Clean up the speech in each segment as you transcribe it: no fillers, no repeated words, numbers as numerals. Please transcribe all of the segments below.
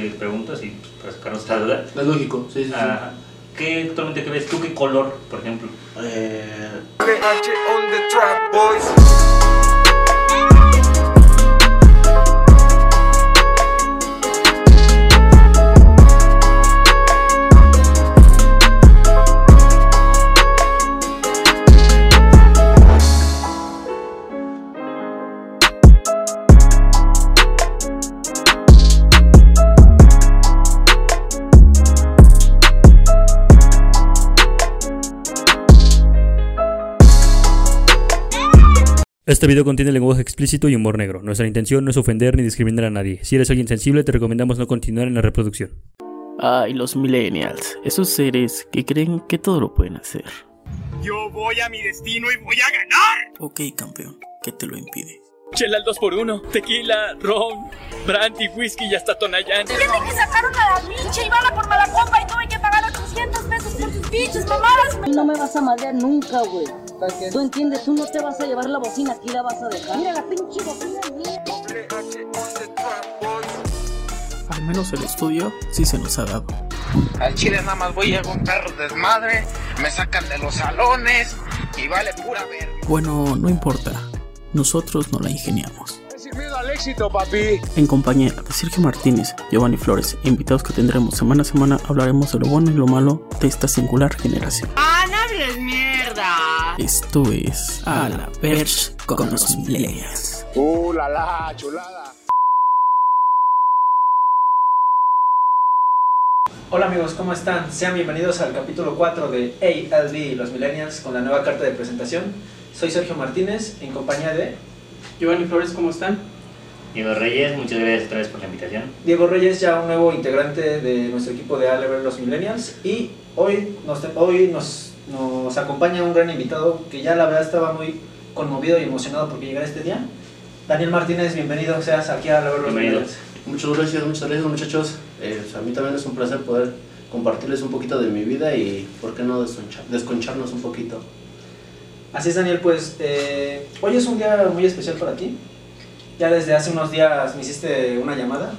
te pregunto, así para sacarnos esta duda. Es lógico, sí. ¿Qué ves tú? ¿Qué color, por ejemplo? PH on the track, boys. Este video contiene lenguaje explícito y humor negro. Nuestra intención no es ofender ni discriminar a nadie. Si eres alguien sensible, te recomendamos no continuar en la reproducción. Ay, los millennials, esos seres que creen que todo lo pueden hacer. Yo voy a mi destino y voy a ganar. Ok, campeón, ¿qué te lo impide? Chela al 2x1, tequila, ron, brandy, whisky y hasta Tonayán. Tienen que sacar una pinche y bala por mala copa y tuve que pagar 800 pesos por tus pinches mamadas. No me vas a madrear nunca, güey. Tú entiendes, tú no te vas a llevar la bocina, aquí la vas a dejar. Mira la pinche bocina mía. Al menos el estudio sí se nos ha dado. Al chile nada más voy a un perro desmadre, me sacan de los salones y vale pura verga. Bueno, no importa, nosotros no la ingeniamos. Sin miedo al éxito, papi. En compañía de Sergio Martínez, Giovanni Flores e invitados que tendremos semana a semana, hablaremos de lo bueno y lo malo de esta singular generación. ¡Ah, no hables mierda! Esto es A la Verge con los millennials. La chulada. Hola amigos, ¿cómo están? Sean bienvenidos al capítulo 4 de ALD, los millennials, con la nueva carta de presentación. Soy Sergio Martínez, en compañía de Giovanni Flores, ¿cómo están? Diego Reyes, muchas gracias otra vez por la invitación. Diego Reyes, ya un nuevo integrante de nuestro equipo de ALD, los millennials. Y hoy nos acompaña un gran invitado que ya la verdad estaba muy conmovido y emocionado porque llegara este día. Daniel Martínez, bienvenido seas aquí a ALD, los millennials. Muchas gracias muchachos. A mí también es un placer poder compartirles un poquito de mi vida y por qué no desconcharnos un poquito. Así es, Daniel, pues hoy es un día muy especial para ti. Ya desde hace unos días me hiciste una llamada.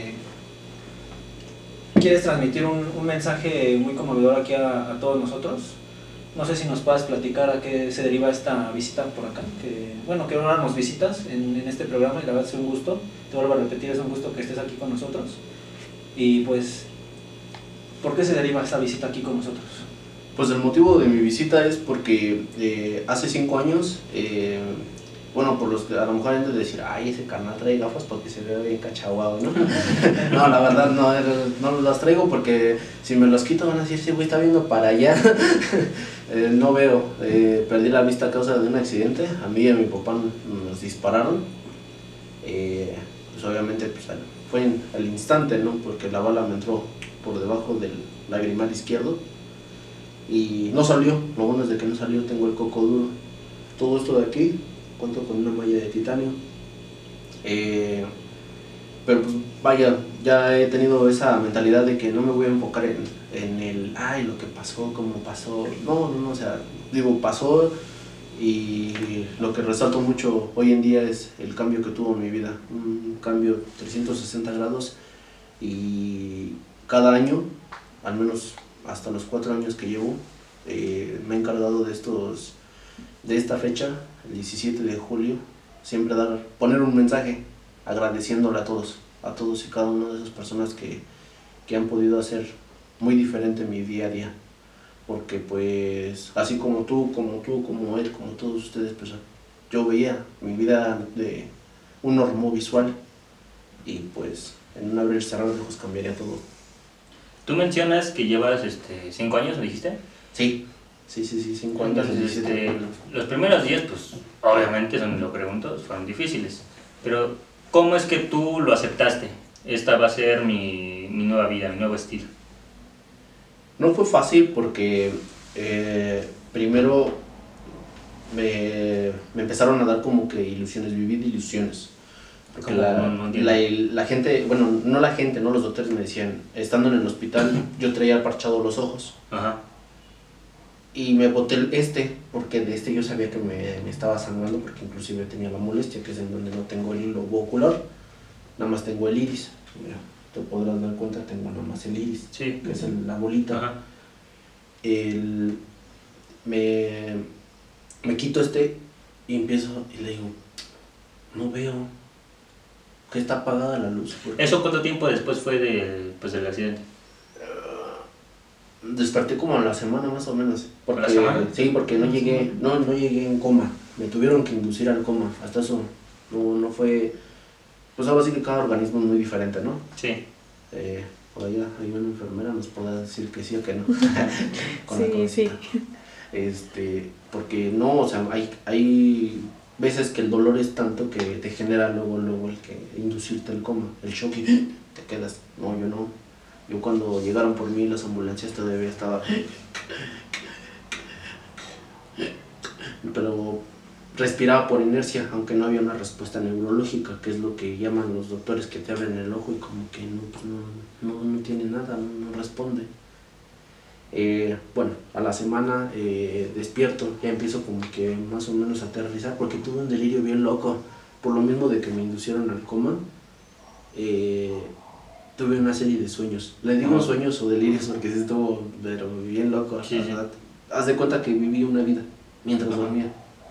Quieres transmitir un mensaje muy conmovedor aquí a todos nosotros. No sé si nos puedas platicar a qué se deriva esta visita por acá. Que ahora nos visitas en este programa y la verdad es un gusto. Te vuelvo a repetir, es un gusto que estés aquí con nosotros. Y pues, ¿por qué se deriva esta visita aquí con nosotros? Pues el motivo de mi visita es porque hace 5 años, por los que a lo mejor han de decir, ay, ese carnal trae gafas porque se ve bien cachaguado, ¿no? No, la verdad no las traigo porque si me los quito van a decir, sí, güey, está viendo para allá. No veo, perdí la vista a causa de un accidente, a mí y a mi papá nos dispararon. Pues obviamente pues, fue al instante, ¿no? Porque la bala me entró por debajo del lagrimal izquierdo. Y no salió, lo bueno es de que no salió, tengo el coco duro. Todo esto de aquí, cuento con una malla de titanio. Pero pues vaya, ya he tenido esa mentalidad de que no me voy a enfocar en el, ay, lo que pasó, cómo pasó. No, o sea, digo, pasó y lo que resalto mucho hoy en día es el cambio que tuvo en mi vida. Un cambio 360 grados y cada año, al menos hasta los 4 años que llevo, me he encargado de esta fecha, el 17 de julio, siempre poner un mensaje agradeciéndole a todos y cada una de esas personas que han podido hacer muy diferente mi día a día. Porque pues, así como tú, como él, como todos ustedes, pues yo veía mi vida de un normo visual y pues en un abrir y cerrar de ojos cambiaría todo. Tú mencionas que llevas 5 años, ¿me dijiste? Sí, 5 años. Entonces, los primeros días, pues, obviamente, eso me lo pregunto, fueron difíciles. Pero, ¿cómo es que tú lo aceptaste? Esta va a ser mi nueva vida, mi nuevo estilo. No fue fácil porque primero me empezaron a dar como que ilusiones, viví de ilusiones. Porque la gente, bueno, no la gente, no los doctores me decían, estando en el hospital, yo traía parchado los ojos. Ajá. Y me boté porque de yo sabía que me estaba sangrando, porque inclusive tenía la molestia, que es en donde no tengo el globo ocular, nada más tengo el iris. Mira, te podrás dar cuenta, tengo nomás el iris, sí, que es la bolita. ajá. Me quito y empiezo y le digo, no veo, que está apagada la luz. ¿Eso cuánto tiempo después fue del accidente? Desperté como a la semana más o menos. Porque, ¿A la semana? Sí, porque no llegué en coma. Me tuvieron que inducir al coma. Hasta eso no fue. Pues algo así que cada organismo es muy diferente, ¿no? Sí. Por allá hay una enfermera, nos podrá decir que sí o que no. Con sí. Porque no, o sea, hay veces que el dolor es tanto que te genera luego el que inducirte al coma, el shock y te quedas. No, yo no. Yo cuando llegaron por mí las ambulancias todavía estaba... Pero respiraba por inercia, aunque no había una respuesta neurológica, que es lo que llaman los doctores, que te abren el ojo y como que no tiene nada, no responde. Bueno, a la semana despierto, ya empiezo como que más o menos a aterrizar, porque tuve un delirio bien loco, por lo mismo de que me inducieron al coma. Tuve una serie de sueños. Le digo sueños o delirios porque sí estuvo pero bien loco, sí, la verdad. Haz de cuenta que viví una vida mientras dormía.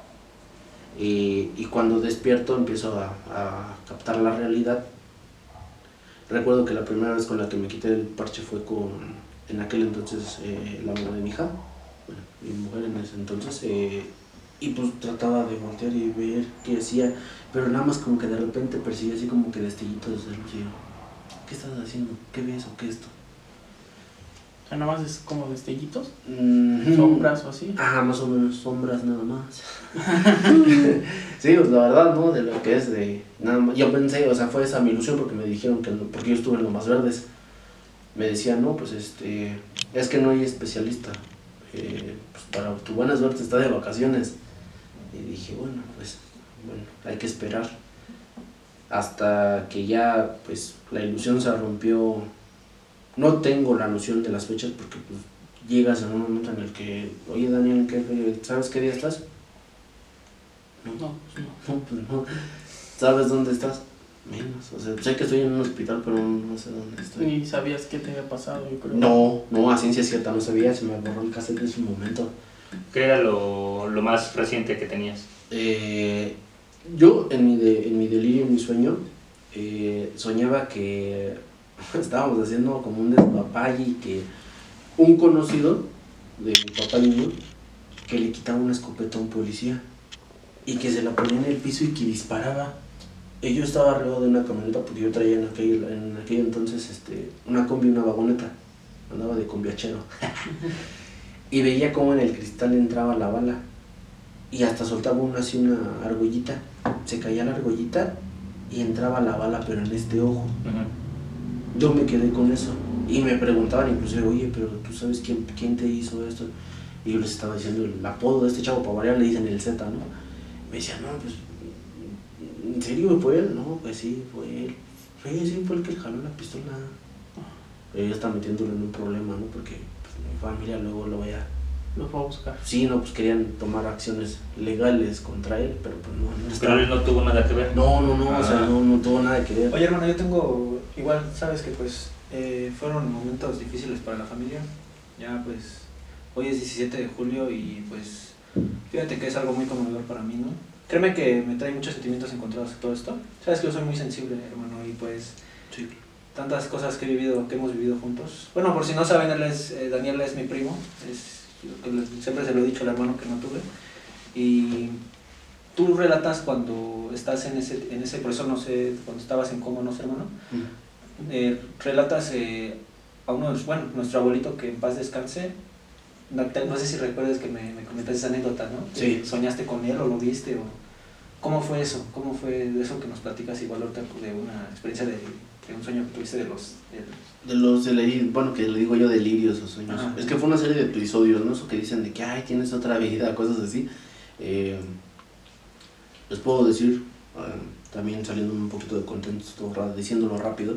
Y cuando despierto empiezo a captar la realidad. Recuerdo que la primera vez con la que me quité el parche fue en aquel entonces la mamá de mi hija, bueno, mi mujer en ese entonces, y pues trataba de voltear y ver qué hacía, pero nada más como que de repente percibí así como que destellitos de luz y yo, ¿qué estás haciendo? ¿Qué ves o qué es esto? O sea, nada más es como destellitos, sombras o así. Ah, más o menos sombras nada más. Sí, pues la verdad, ¿no? De lo que es de nada más. Yo pensé, o sea, fue esa mi ilusión porque me dijeron que no, porque yo estuve en Lomas Verdes. Me decían, no, pues es que no hay especialista. Pues para tu buena suerte está de vacaciones. Y dije, bueno, hay que esperar. Hasta que ya, pues, la ilusión se rompió. No tengo la noción de las fechas porque pues, llegas en un momento en el que, oye Daniel, ¿sabes qué día estás? No, pues no. ¿Sabes dónde estás? Menos, o sea, sé que estoy en un hospital, pero no sé dónde estoy. ¿Ni sabías qué te había pasado? Yo creo. No, a ciencia cierta no sabía, se me borró el cassette en su momento. ¿Qué era lo más reciente que tenías? Yo en mi delirio, en mi sueño, soñaba que estábamos haciendo como un despapalle y que un conocido de mi papá niño que le quitaba una escopeta a un policía y que se la ponía en el piso y que disparaba. Y yo estaba arriba de una camioneta porque yo traía en aquel entonces una combi, una vagoneta, andaba de combiachero. Y veía cómo en el cristal entraba la bala y hasta soltaba una argollita, se caía la argollita y entraba la bala pero en este ojo. Yo me quedé con eso y me preguntaban inclusive, oye, pero tú sabes quién te hizo esto, y yo les estaba diciendo el apodo de este chavo, para variar le dicen el Z, ¿no? Me decían, no, pues ¿en serio fue él? No, pues sí, fue él. Sí, fue el que jaló la pistola. Pero ella está metiéndolo en un problema, ¿no? Porque pues, mi familia luego lo fue a buscar. Sí, no, pues querían tomar acciones legales contra él, pero pues no Pero él no tuvo nada que ver. No, o sea, no tuvo nada que ver. Oye, hermano, yo tengo, igual, sabes que pues fueron momentos difíciles para la familia. Ya pues, hoy es 17 de julio y pues, fíjate que es algo muy conmovedor para mí, ¿no? Créeme que me trae muchos sentimientos encontrados todo esto. Sabes que yo soy muy sensible, hermano, y pues sí. Tantas cosas que hemos vivido juntos. Bueno, por si no saben, Daniel es mi primo, siempre se lo he dicho al hermano que no tuve. Y tú relatas cuando estás en ese proceso, no sé, cuando estabas en coma, no sé, hermano, relatas a nuestro abuelito, que en paz descanse. No sé si recuerdas que me comentaste esa anécdota, ¿no? Sí. ¿Soñaste con él o lo viste? O ¿cómo fue eso? ¿Cómo fue eso que nos platicas igual ahorita de una experiencia de un sueño que tuviste bueno, que le digo yo delirios o sueños? Ajá. Es que fue una serie de episodios, ¿no? Eso que dicen de que, ay, tienes otra vida, cosas así. Les puedo decir, también saliendo un poquito de contexto, diciéndolo rápido,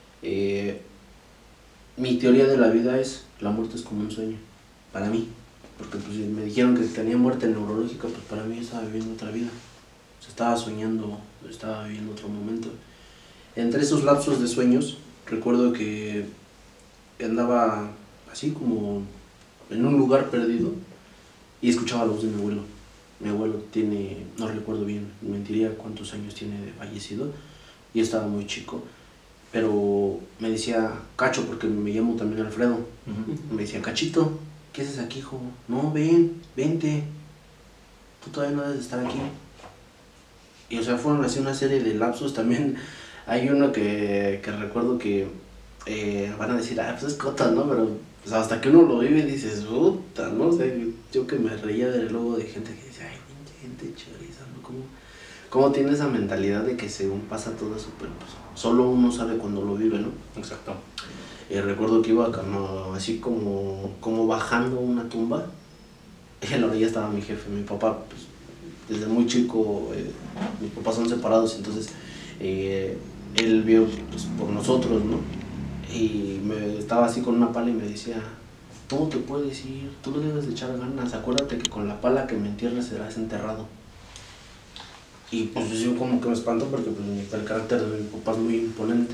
mi teoría de la vida es, la muerte es como un sueño. Para mí, porque pues, me dijeron que tenía muerte neurológica, pues para mí estaba viviendo otra vida, o sea, estaba soñando, estaba viviendo otro momento. Entre esos lapsos de sueños, recuerdo que andaba así como en un lugar perdido y escuchaba la voz de mi abuelo. Mi abuelo tiene, no recuerdo bien, mentiría cuántos años tiene de fallecido, y estaba muy chico, pero me decía Cacho, porque me llamo también Alfredo. Me decía, Cachito, ¿qué haces aquí, hijo? No, vente, tú todavía no debes de estar aquí. Y o sea, fueron así una serie de lapsos. También hay uno que recuerdo que van a decir, pues es cota, ¿no? Pero pues, hasta que uno lo vive dices, puta, ¿no? O sea, yo que me reía de luego de gente que dice, ay, gente choriza, ¿no? ¿Cómo tiene esa mentalidad de que según pasa todo eso, pero pues, solo uno sabe cuando lo vive, ¿no? Exacto. Recuerdo que iba así como bajando una tumba. En la orilla estaba mi jefe, mi papá, pues, desde muy chico, mis papás son separados, entonces él vio pues, por nosotros, ¿no? Y me estaba así con una pala y me decía, no te puedes ir, tú le debes de echar ganas, acuérdate que con la pala que me entierres serás enterrado. Y pues yo como que me espanto porque pues, el carácter de mi papá es muy imponente.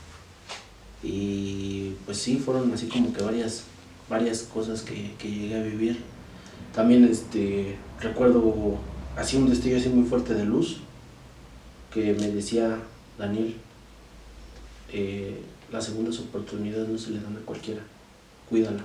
Y pues sí, fueron así como que varias cosas que llegué a vivir. También recuerdo así un destello así muy fuerte de luz que me decía Daniel, las segundas oportunidades no se le dan a cualquiera, cuídala.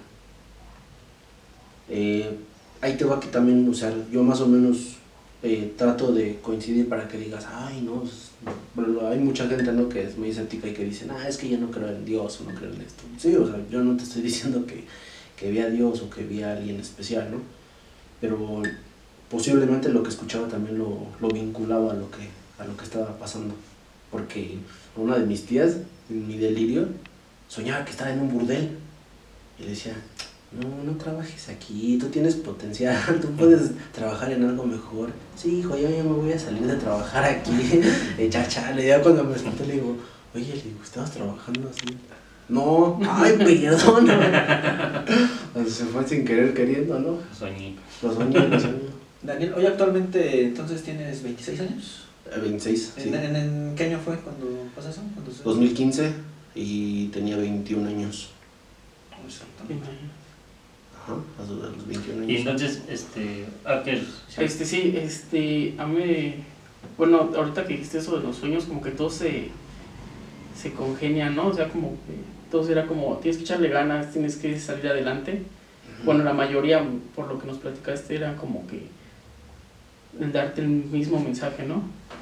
Ahí te va que también, o sea, yo más o menos trato de coincidir para que digas, ay no, bueno, hay mucha gente, ¿no?, que es muy escéptica y que dicen, es que yo no creo en Dios o no creo en esto. Sí, o sea, yo no te estoy diciendo que vi a Dios o que vi a alguien especial, ¿no? Pero posiblemente lo que escuchaba también lo vinculaba a lo que estaba pasando. Porque una de mis tías, en mi delirio, soñaba que estaba en un burdel. Y le decía, no trabajes aquí, tú tienes potencial, tú puedes trabajar en algo mejor. Sí, hijo, yo me voy a salir de trabajar aquí. Chale, ya cuando me desperté le digo, oye, ¿estabas trabajando así? No, ay, perdón. Se fue sin querer queriendo, ¿no? Lo soñé. Daniel, hoy actualmente entonces tienes 26 años. 26, sí. ¿En qué año fue cuando pasó eso? 2015 y tenía 21 años. Exactamente. Ajá, a los 21 años. Y entonces, a mí, bueno, ahorita que dijiste eso de los sueños, como que todo se congenia, ¿no? O sea, como que todo era como, tienes que echarle ganas, tienes que salir adelante. Bueno, la mayoría, por lo que nos platicaste, era como que el darte el mismo mensaje, ¿no?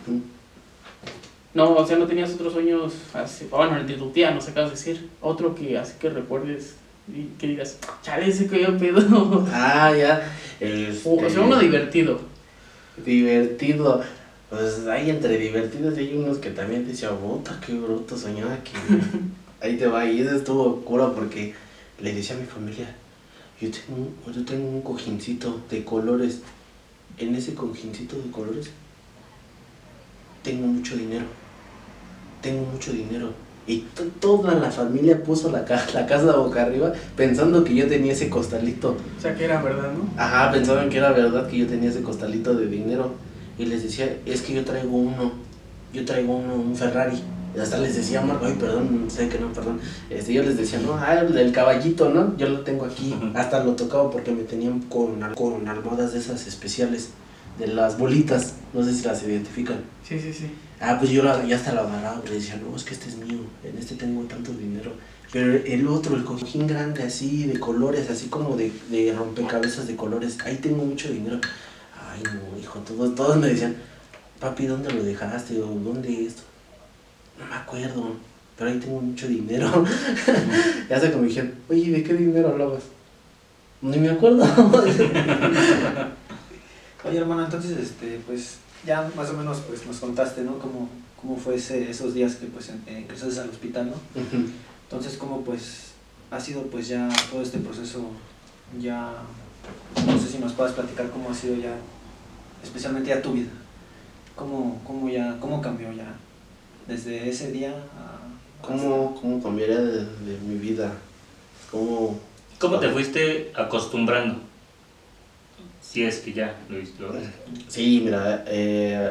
No, o sea, no tenías otros sueños, bueno, el de tu tía, nos acabas de decir, otro que así que recuerdes y que digas, chale, ese que yo pedo. Ya. O sea, uno divertido. Divertido. Pues hay entre divertidos y hay unos que también te decían, puta, qué bruto soñaba que... Ahí te va, y eso estuvo cura porque le decía a mi familia, yo tengo un cojincito de colores. En ese cojincito de colores tengo mucho dinero. Y toda la familia puso la casa boca arriba pensando que yo tenía ese costalito. O sea, que era verdad, ¿no? Ajá, pensaban que era verdad que yo tenía ese costalito de dinero. Y les decía, es que yo traigo un Ferrari. Y hasta les decía, Marco, ay, perdón, sé que no, perdón. Yo les decía, no, el caballito, ¿no? Yo lo tengo aquí. Hasta lo tocaba porque me tenían con almohadas de esas especiales, de las bolitas, no sé si las identifican. Sí. Pues yo ya hasta lo agarraba, le decía, no, es que este es mío, en este tengo tanto dinero. Pero el otro, el cojín grande así, de colores, así como de rompecabezas de colores, ahí tengo mucho dinero. Ay, no, hijo, todos me decían, papi, ¿dónde lo dejaste? ¿O dónde esto? No me acuerdo, pero ahí tengo mucho dinero. Ya hasta que me dijeron, oye, ¿de qué dinero hablabas? Ni me acuerdo. Oye, hermano, entonces, pues, ya más o menos pues nos contaste, ¿no? Cómo fue esos días que pues ingresaste al hospital, ¿no? Entonces, ¿cómo pues ha sido pues ya todo este proceso? Ya, no sé si nos puedas platicar cómo ha sido ya, especialmente ya tu vida. ¿Cómo cambió ya desde ese día a... ¿Cómo cambiaría de mi vida? ¿Cómo te fuiste acostumbrando? Si es que ya lo viste. Sí, mira,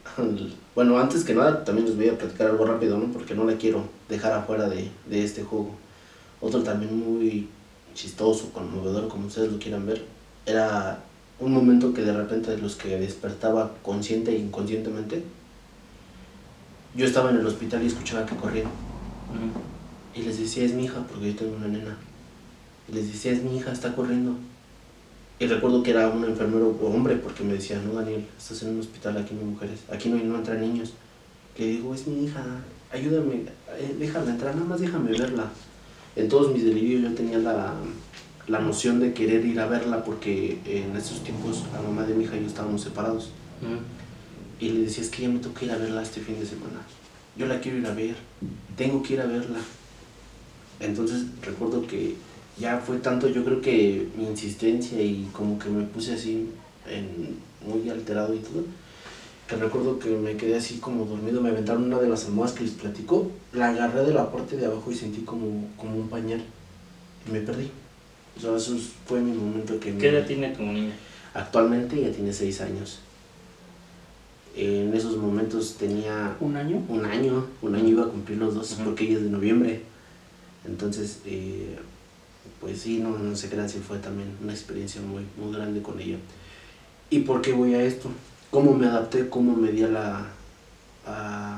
Bueno, antes que nada también les voy a platicar algo rápido, ¿no? Porque no la quiero dejar afuera de este juego. Otro también muy chistoso, conmovedor, como ustedes lo quieran ver, era un momento que de repente de los que despertaba consciente e inconscientemente. Yo estaba en el hospital y escuchaba que corrían. Y les decía, es mi hija, porque yo tengo una nena. Y les decía, es mi hija, está corriendo. Y recuerdo que era un enfermero o hombre, porque me decía, no, Daniel, estás en un hospital, aquí no hay mujeres, aquí no entran niños. Le digo, es mi hija, ayúdame, déjame entrar, nada más déjame verla. En todos mis delirios yo tenía la noción de querer ir a verla, porque en esos tiempos la mamá de mi hija y yo estábamos separados. Y le decía, es que ya me toca ir a verla este fin de semana. Yo la quiero ir a ver, tengo que ir a verla. Entonces recuerdo que ya fue tanto, yo creo que mi insistencia y como que me puse así muy alterado y todo, que recuerdo que me quedé así como dormido, me aventaron una de las almohadas que les platico, la agarré de la parte de abajo y sentí como un pañal y me perdí. O sea, eso fue mi momento que... ¿Qué edad tiene tu niña? Actualmente ya tiene 6 años. En esos momentos tenía... ¿Un año? Un año iba a cumplir los 2, porque ella es de noviembre. Entonces, pues sí, no se crean, sí fue también una experiencia muy, muy grande con ella. ¿Y por qué voy a esto? ¿Cómo me adapté? ¿Cómo me di a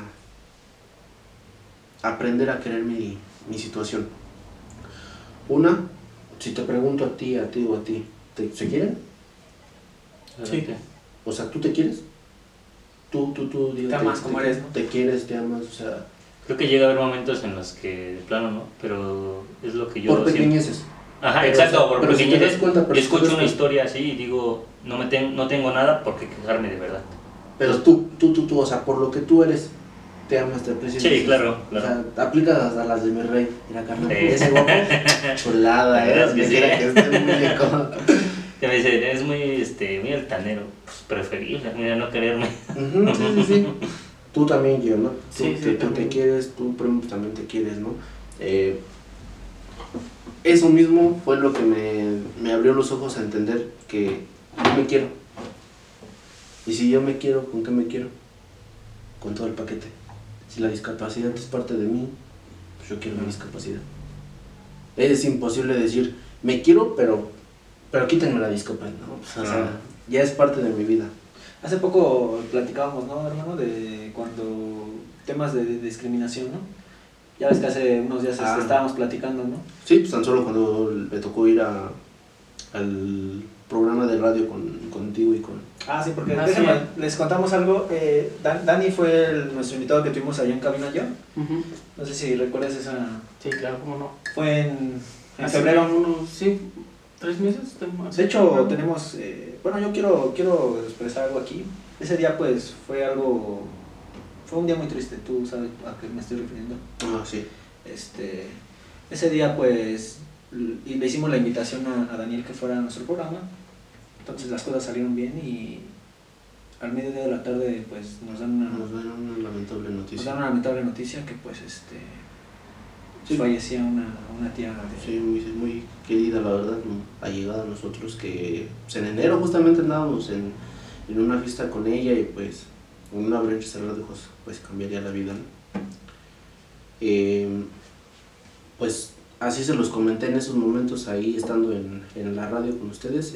aprender a querer mi situación? Una, si te pregunto a ti o a ti, ¿se quieren? Sí. O sea, ¿tú te quieres? Tú, te amas como eres, ¿no? Te quieres, te amas, o sea... Creo que llega a haber momentos en los que de plano no, pero es lo que yo... Por pequeñeces. Ajá, pero, exacto, o sea, por pero pequeñeces. Si te das cuenta, yo escucho una historia así y digo, no tengo nada por qué quejarme de verdad. Pero tú, o sea, por lo que tú eres, te amas, te aprecias. Sí, claro. O sea, aplicas hasta las de mi rey. Mira, carnal, ese guapo, chulada, que quiera que esté muy lejos. Que me dice, es muy altanero, pues preferible, mira, no quererme. Sí. Tú también, yo, ¿no? Tú también. te quieres, tú también te quieres, ¿no? Eso mismo fue lo que me abrió los ojos a entender que yo me quiero. Y si yo me quiero, ¿con qué me quiero? Con todo el paquete. Si la discapacidad es parte de mí, pues yo quiero mi discapacidad. Es imposible decir, me quiero, pero quítenme la discapacidad, ¿no? Pues, o sea, ya es parte de mi vida. Hace poco platicábamos, ¿no, hermano? De cuando temas de discriminación, ¿no? Ya ves que hace unos días estábamos platicando, ¿no? Sí, pues tan solo cuando me tocó ir al programa de radio contigo y con... Sí, porque déjenme, les contamos algo. Dani fue nuestro invitado que tuvimos allá en Cabina Yo. No sé si recuerdas esa... Sí, claro, cómo no. Fue en febrero. Sí, 3 meses. De hecho, tenemos... bueno, yo quiero expresar algo aquí. Ese día, pues, fue un día muy triste. Tú sabes a qué me estoy refiriendo. Sí. Ese día, pues, y le hicimos la invitación a Daniel que fuera a nuestro programa. Entonces las cosas salieron bien y al mediodía de la tarde, pues, nos dan una lamentable noticia. Nos dan una lamentable noticia que, pues, sí. Fallecía una tía. Sí, muy querida, la verdad, allegada a nosotros, que pues, en enero justamente andábamos en una fiesta con ella y pues en un abrir y cerrar de ojos pues cambiaría la vida, ¿no? Pues así se los comenté en esos momentos ahí estando en la radio con ustedes.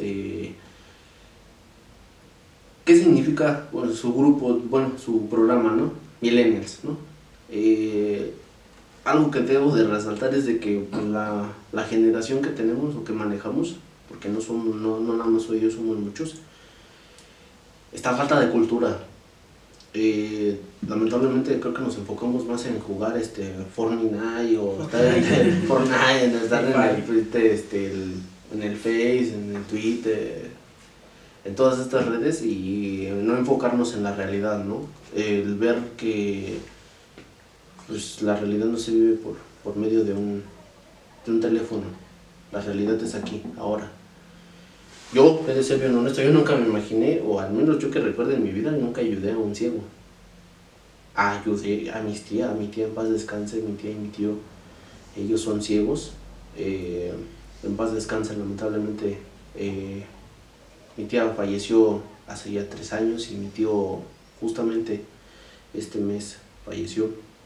¿Qué significa su grupo, su programa, ¿no? Millennials, ¿no? Algo que debo de resaltar es de que pues, la generación que tenemos o que manejamos, porque no nada más soy yo, somos muchos, está falta de cultura. Lamentablemente creo que nos enfocamos más en jugar Fortnite o estar en Fortnite, en estar en el Face, en el Twitter, en todas estas redes y no enfocarnos en la realidad, ¿no? El ver que pues la realidad no se vive por medio de un teléfono. La realidad es aquí, ahora. Yo, he de ser bien honesto, yo nunca me imaginé, o al menos yo que recuerde en mi vida, nunca ayudé a un ciego. Ayudé a mi tía en paz descanse, mi tía y mi tío, ellos son ciegos, en paz descanse, lamentablemente. Mi tía falleció hace ya 3 años y mi tío justamente este mes falleció.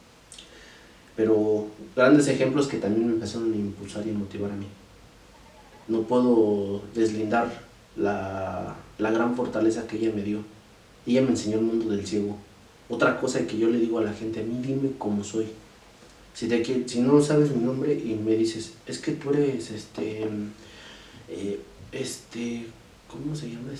Pero grandes ejemplos que también me empezaron a impulsar y a motivar a mí. No puedo deslindar la gran fortaleza que ella me dio. Ella me enseñó el mundo del ciego. Otra cosa que yo le digo a la gente, a mí dime cómo soy. Si no sabes mi nombre y me dices, es que tú eres ¿cómo se llama?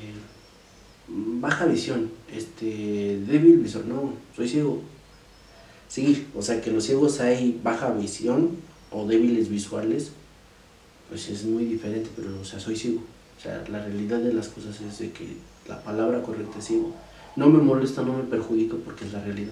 Baja visión, débil visor, no, soy ciego. Sí, o sea que los ciegos hay baja visión o débiles visuales, pues es muy diferente, pero o sea, soy ciego. O sea, la realidad de las cosas es de que la palabra correcta es ciego. No me molesta, no me perjudica porque es la realidad.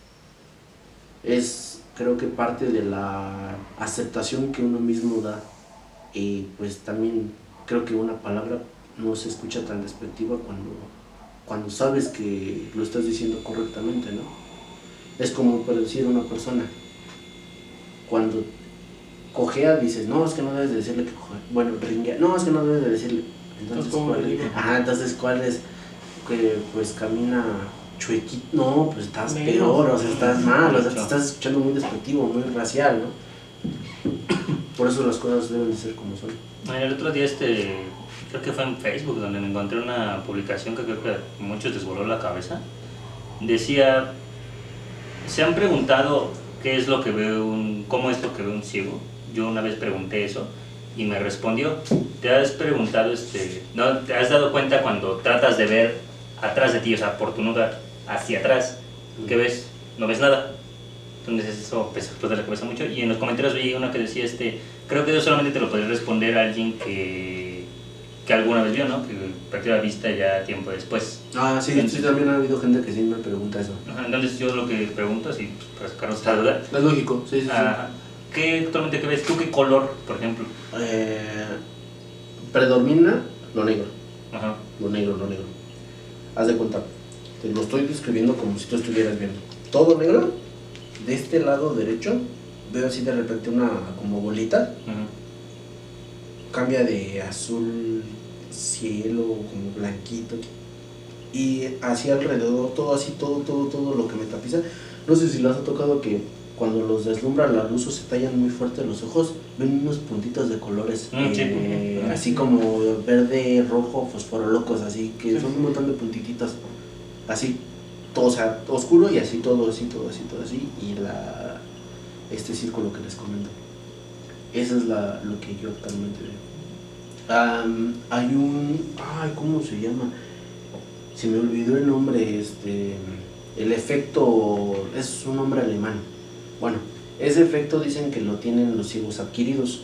Es, creo que parte de la aceptación que uno mismo da. Y pues también creo que una palabra no se escucha tan despectiva cuando sabes que lo estás diciendo correctamente, ¿no? Es como para decir a una persona, cuando cojea dices, no, es que no debes de decirle que cojea. Bueno, ringuea, no, es que no debes de decirle. Entonces, ¿cuál es? Que pues camina chuequito, no, pues estás peor, o sea, estás mal, o sea, te estás escuchando muy despectivo, muy racial, ¿no? Por eso las cosas deben de ser como son. El otro día creo que fue en Facebook donde me encontré una publicación que creo que a muchos les voló la cabeza. Decía, ¿se han preguntado qué es lo que cómo es lo que ve un ciego? Yo una vez pregunté eso y me respondió, ¿te has preguntado, no te has dado cuenta cuando tratas de ver atrás de ti, o sea, por tu nuca hacia atrás, ¿qué ves? No ves nada. Entonces eso pues explota la cabeza mucho. Y en los comentarios vi uno que decía, creo que eso solamente te lo podría responder a alguien que alguna vez vio, ¿no? Que perdió la vista ya tiempo después. Ah, sí, entonces, sí, también ha habido gente que sí me pregunta eso. Ajá, entonces yo lo que pregunto, así, para sacarnos esta duda. Es lógico, sí, sí, ajá. ¿Qué actualmente qué ves? ¿Tú qué color, por ejemplo? Predomina lo negro. Ajá. Lo negro. Haz de cuenta, te lo estoy describiendo como si tú estuvieras viendo. Todo negro, de este lado derecho, veo así de repente una como bolita. Ajá. Cambia de azul cielo, como blanquito. Y así alrededor, todo así, todo lo que me tapiza. No sé si lo has tocado que cuando los deslumbra la luz o se tallan muy fuerte los ojos, ven unos puntitos de colores, así como verde, rojo, fosforo locos, así que son un montón de puntititos, así, todo, o sea, oscuro y así, todo así, y este círculo que les comento. Esa es lo que yo actualmente veo. Hay ¿cómo se llama? Se me olvidó el nombre, el efecto, es un nombre alemán. Bueno, ese efecto dicen que lo tienen los ciegos adquiridos,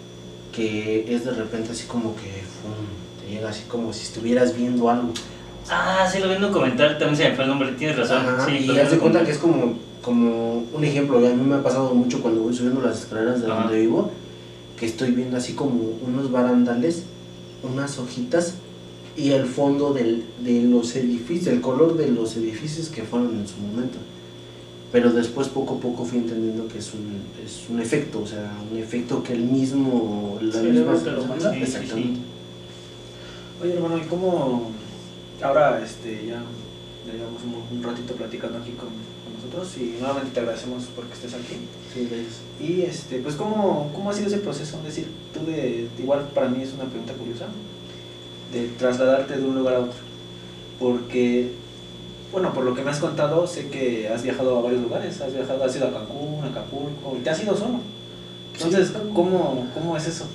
que es de repente así como que te llega así como si estuvieras viendo algo. Ah, sí, lo vi en un documental, también se me fue el nombre, tienes razón. Ajá, sí, y haz de cuenta que es como un ejemplo, a mí me ha pasado mucho cuando voy subiendo las escaleras de donde vivo, que estoy viendo así como unos barandales, unas hojitas y el fondo de los edificios, el color de los edificios que fueron en su momento. Pero después poco a poco fui entendiendo que es un efecto, o sea, un efecto que la misma te lo manda. Sí, exactamente. Sí. Oye, hermano, ¿y cómo ahora ya llevamos un ratito platicando aquí con nosotros y nuevamente te agradecemos porque estés aquí? Sí, gracias. Y pues ¿cómo ha sido ese proceso? Es decir, igual para mí es una pregunta curiosa, de trasladarte de un lugar a otro, porque bueno, por lo que me has contado, sé que has viajado a varios lugares, has ido a Cancún, a Acapulco, y te has ido solo. Entonces, ¿cómo es eso?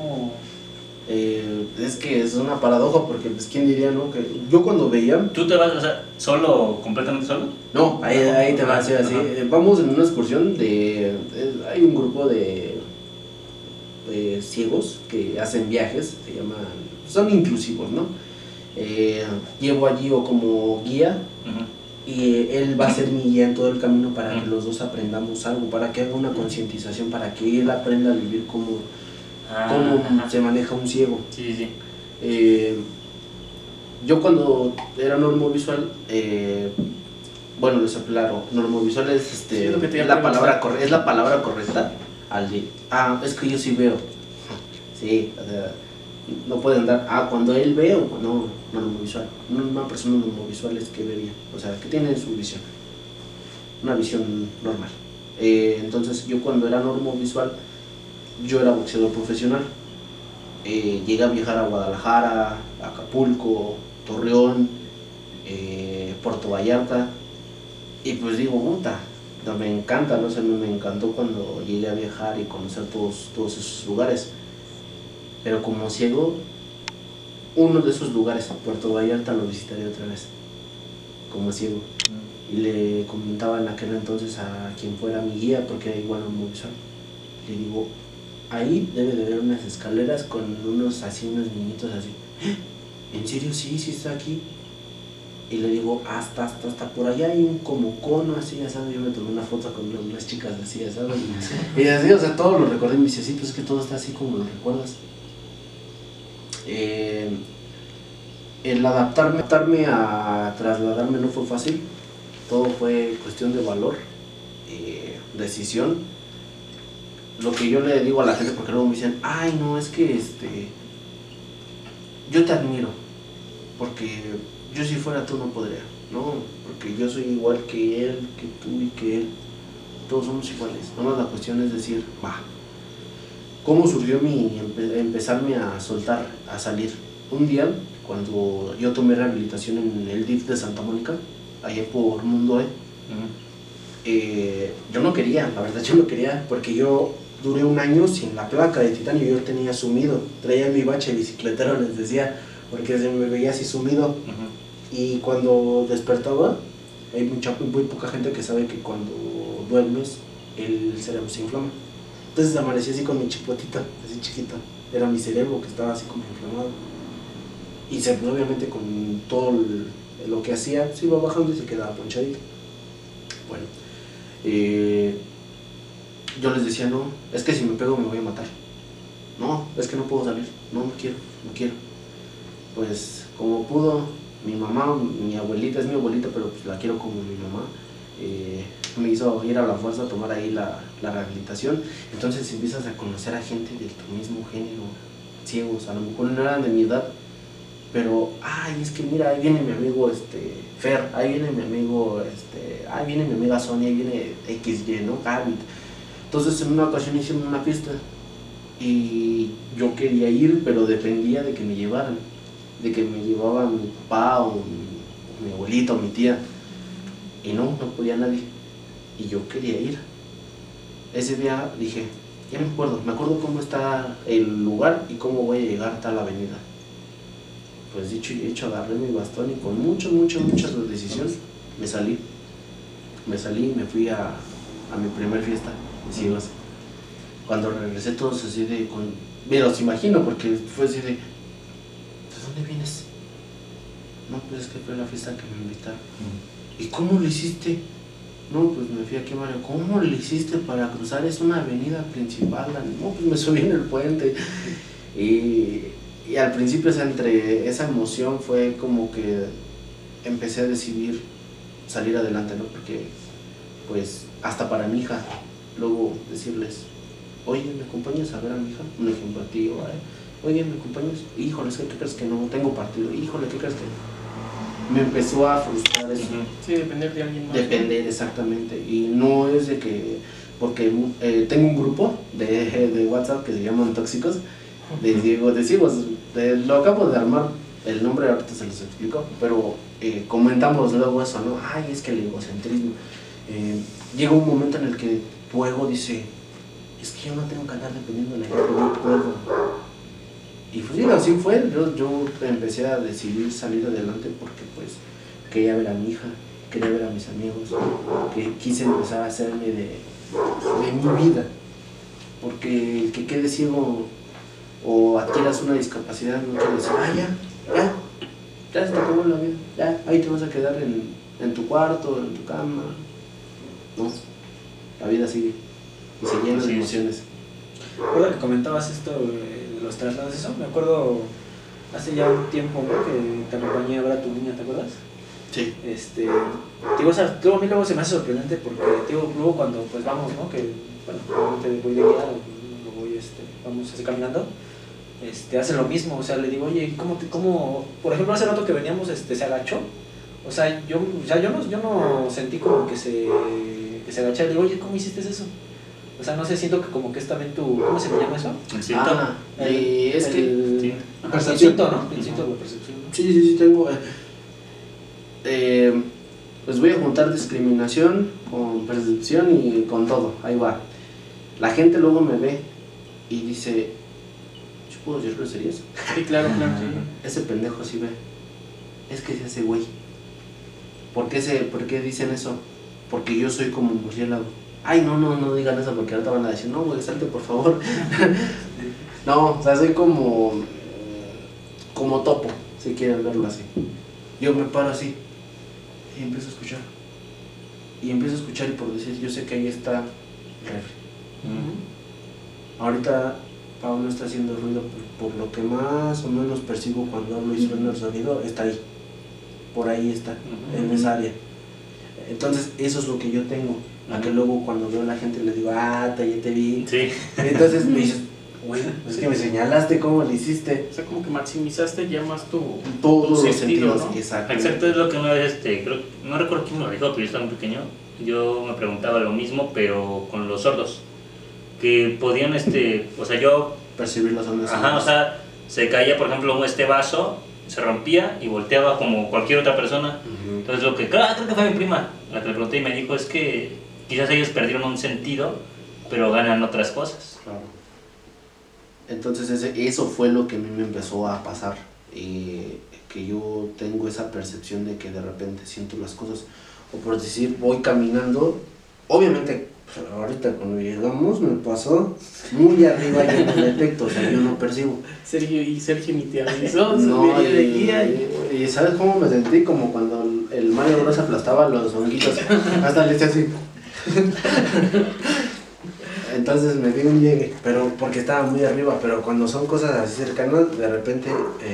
Es que es una paradoja, porque pues quién diría, ¿no? Que yo cuando veía... ¿Tú te vas, o sea, solo, completamente solo? No, ahí te va a hacer así. Vamos en una excursión hay un grupo de ciegos que hacen viajes, son inclusivos, ¿no? Llevo allí como guía. Y él va a ser mi guía en todo el camino para que los dos aprendamos algo, para que haga una concientización, para que él aprenda a vivir cómo se maneja un ciego. Sí. Yo cuando era normovisual, bueno, les aclaro, normovisual es la palabra correcta al de, es que yo sí veo. Sí, o sea, no pueden dar, cuando él ve o no, normovisual. Una persona normovisual es que ve bien, o sea, que tiene su visión, una visión normal. Entonces yo cuando era normovisual, yo era boxeador profesional. Llegué a viajar a Guadalajara, Acapulco, Torreón, Puerto Vallarta, y pues digo, puta, me encanta, ¿no? O sea, me encantó cuando llegué a viajar y conocer todos esos lugares. Pero como ciego, uno de esos lugares, Puerto Vallarta, lo visitaré otra vez, como ciego. Y le comentaba en aquel entonces a quien fuera mi guía, porque era igual un visual, le digo, ahí debe de haber unas escaleras con unos niñitos así. ¿En serio? Sí está aquí. Y le digo, hasta por allá hay un como cono así, ya sabes. Yo me tomé una foto con unas chicas así, ya sabes. Y así, o sea, todo lo recordé. Y me dice, sí, pues es que todo está así como lo recuerdas. El adaptarme a trasladarme no fue fácil. Todo fue cuestión de valor, decisión. Lo que yo le digo a la gente, porque luego me dicen, ay no, es que yo te admiro, porque yo si fuera tú no podría, no, porque yo soy igual que él, que tú y que él, todos somos iguales. Nomás la cuestión es decir, ¿cómo surgió empezarme a soltar, a salir? Un día, cuando yo tomé rehabilitación en el DIF de Santa Mónica, allá por Mundo yo no quería, la verdad yo no quería, porque yo duré un año sin la placa de titanio. Yo tenía sumido, traía mi bache bicicletero, les decía, porque se me veía así sumido. Y cuando despertaba, hay muy poca gente que sabe que cuando duermes el cerebro se inflama. Entonces amanecí así con mi chipotita, así chiquita, era mi cerebro que estaba así como inflamado. Y obviamente con todo lo que hacía se iba bajando y se quedaba ponchadito. Bueno, yo les decía, no, es que si me pego me voy a matar. No, es que no puedo salir, no quiero. Pues como pudo, mi mamá, mi abuelita, es mi abuelita, pero pues la quiero como mi mamá, me hizo ir a la fuerza a tomar ahí la rehabilitación. Entonces empiezas a conocer a gente de tu mismo género, ciegos, a lo mejor no eran de mi edad, pero, es que mira, ahí viene mi amigo Fer, ahí viene mi amigo, ahí viene mi amiga Sonia, ahí viene XY, ¿no? Gavit. Entonces en una ocasión hicimos una fiesta y yo quería ir, pero dependía de que me llevaran, de que me llevaba mi papá o mi abuelita o mi tía, y no podía nadie, y yo quería ir. Ese día dije, ya me acuerdo cómo está el lugar y cómo voy a llegar a tal avenida. Pues dicho y hecho, agarré mi bastón y con mucha decisión me salí y me fui a mi primer fiesta de ciegos. Cuando regresé todos así me los imagino, porque fue así ¿de dónde vienes? No, pues es que fue la fiesta que me invitaron. ¿Y cómo lo hiciste? No, pues me fui aquí, Mario. ¿Cómo lo hiciste para cruzar? Es una avenida principal. No, pues me subí en el puente. Y al principio, entre esa emoción fue como que empecé a decidir salir adelante, ¿no? Porque, pues, hasta para mi hija, luego decirles, oye, ¿me acompañas a ver a mi hija? Un ejemplo a ti, oye, ¿me acompañas? Híjole, es que ¿qué crees que no tengo partido? Híjole, ¿qué crees que...? Me empezó a frustrar eso. Sí, depender de alguien más. Depender, exactamente. Y no es de que... Porque tengo un grupo de WhatsApp que se llaman Tóxicos, de ciegos, lo acabo de armar, el nombre ahorita se los explico, pero comentamos luego eso, ¿no? Es que el egocentrismo. Llega un momento en el que tu ego dice, es que yo no tengo que andar dependiendo de la gente, no puedo. Y pues sí, así fue, yo empecé a decidir salir adelante porque pues quería ver a mi hija, quería ver a mis amigos, que quise empezar a hacerme de mi vida, porque el que quede ciego o adquieras una discapacidad no quiere decir, ya se te acabó la vida, ya, ahí te vas a quedar en tu cuarto, en tu cama. No, la vida sigue y se llena de emociones. Ahora que comentabas esto de los traslados, eso, me acuerdo hace ya un tiempo, ¿no? Que te acompañé a ver a tu niña, ¿te acuerdas? Sí. Digo, o sea, a mí luego se me hace sorprendente porque, digo, luego cuando pues vamos, ¿no? Que, bueno, te voy de guía, vamos así caminando, hace lo mismo. O sea, le digo, oye, ¿cómo? Por ejemplo, hace rato que veníamos, se agachó. O sea, yo no sentí como que se agachara. Le digo, oye, ¿cómo hiciste eso? O sea, no sé, siento que como que es también tu... ¿Cómo se le llama eso? El cinto. Es que... El cinto, ¿no? El cinto de percepción, ¿no? Sí, tengo... pues voy a juntar discriminación con percepción y con todo. Ahí va. La gente luego me ve y dice... ¿Yo puedo decir groserías? Sí, claro, sí. Ese pendejo sí ve. Es que se hace güey. ¿Por qué dicen eso? Porque yo soy como un murciélago. Ay, no digan eso porque ahorita van a decir, no, güey, salte por favor. No, o sea, soy como topo, si quieren verlo así. Yo me paro así y empiezo a escuchar. Y por decir, yo sé que ahí está el refri. Ahorita Pau no está haciendo ruido, por lo que más o menos percibo cuando hablo y suena el sonido, está ahí. Por ahí está, en esa área. Entonces, eso es lo que yo tengo. A que luego cuando veo a la gente les digo, ya te vi. Sí. Entonces me dices, güey, es que me señalaste cómo lo hiciste. O sea, como que maximizaste ya más todos tu los sentidos, ¿no? exacto. Exacto, es lo que una vez, no recuerdo quién me lo dijo, pero yo estaba muy pequeño. Yo me preguntaba lo mismo, pero con los sordos. Que podían, o sea, yo... percibir las ondas. Ajá, o sea, se caía, por ejemplo, este vaso, se rompía y volteaba como cualquier otra persona. Entonces lo que, creo que fue mi prima la que le pregunté y me dijo es que quizás ellos perdieron un sentido, pero ganan otras cosas. Claro. Entonces eso fue lo que a mí me empezó a pasar, que yo tengo esa percepción de que de repente siento las cosas, o por decir, voy caminando, obviamente pues, ahorita cuando llegamos me pasó muy arriba y no detecto, o sea, yo no percibo. Sergio ni te avisó, no, y ¿sabes cómo me sentí? Como cuando el Mario Bros aplastaba los honguitos, hasta le hice así. Entonces me di un llegue, pero porque estaba muy arriba, pero cuando son cosas así cercanas, de repente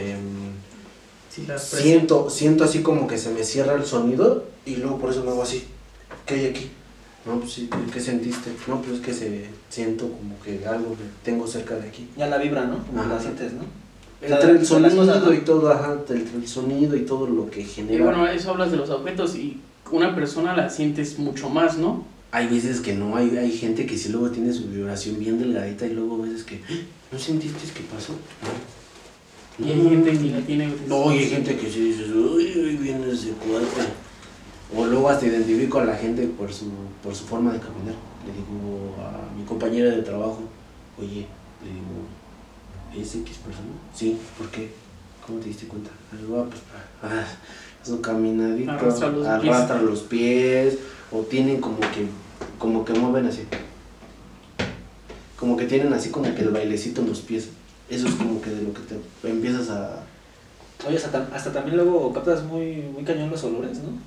siento así como que se me cierra el sonido y luego por eso me hago así. ¿Qué hay aquí? No, pues sí, ¿qué sentiste? No, pues es que siento como que algo que tengo cerca de aquí. Ya la vibra, ¿no? Como la sientes, ¿no? Entre el sonido y todo, entre el sonido y todo lo que genera. Y bueno, eso hablas de los objetos y una persona la sientes mucho más, ¿no? Hay veces que no, hay gente que sí luego tiene su vibración bien delgadita y luego veces que ¿no sentiste que pasó? No. Y hay gente que la tiene... No, y hay gente que sí dices, uy, viene ese cuate. O luego hasta identifico a la gente por su forma de caminar. Le digo a mi compañera de trabajo, oye, le digo, ¿es X persona? Sí, ¿por qué? ¿Cómo te diste cuenta? Pues, su caminadito, arrastra los pies, o tienen como que mueven así. Como que tienen así como que el bailecito en los pies. Eso es como que de lo que te empiezas a... Oye, hasta también luego captas muy cañón los olores, ¿no?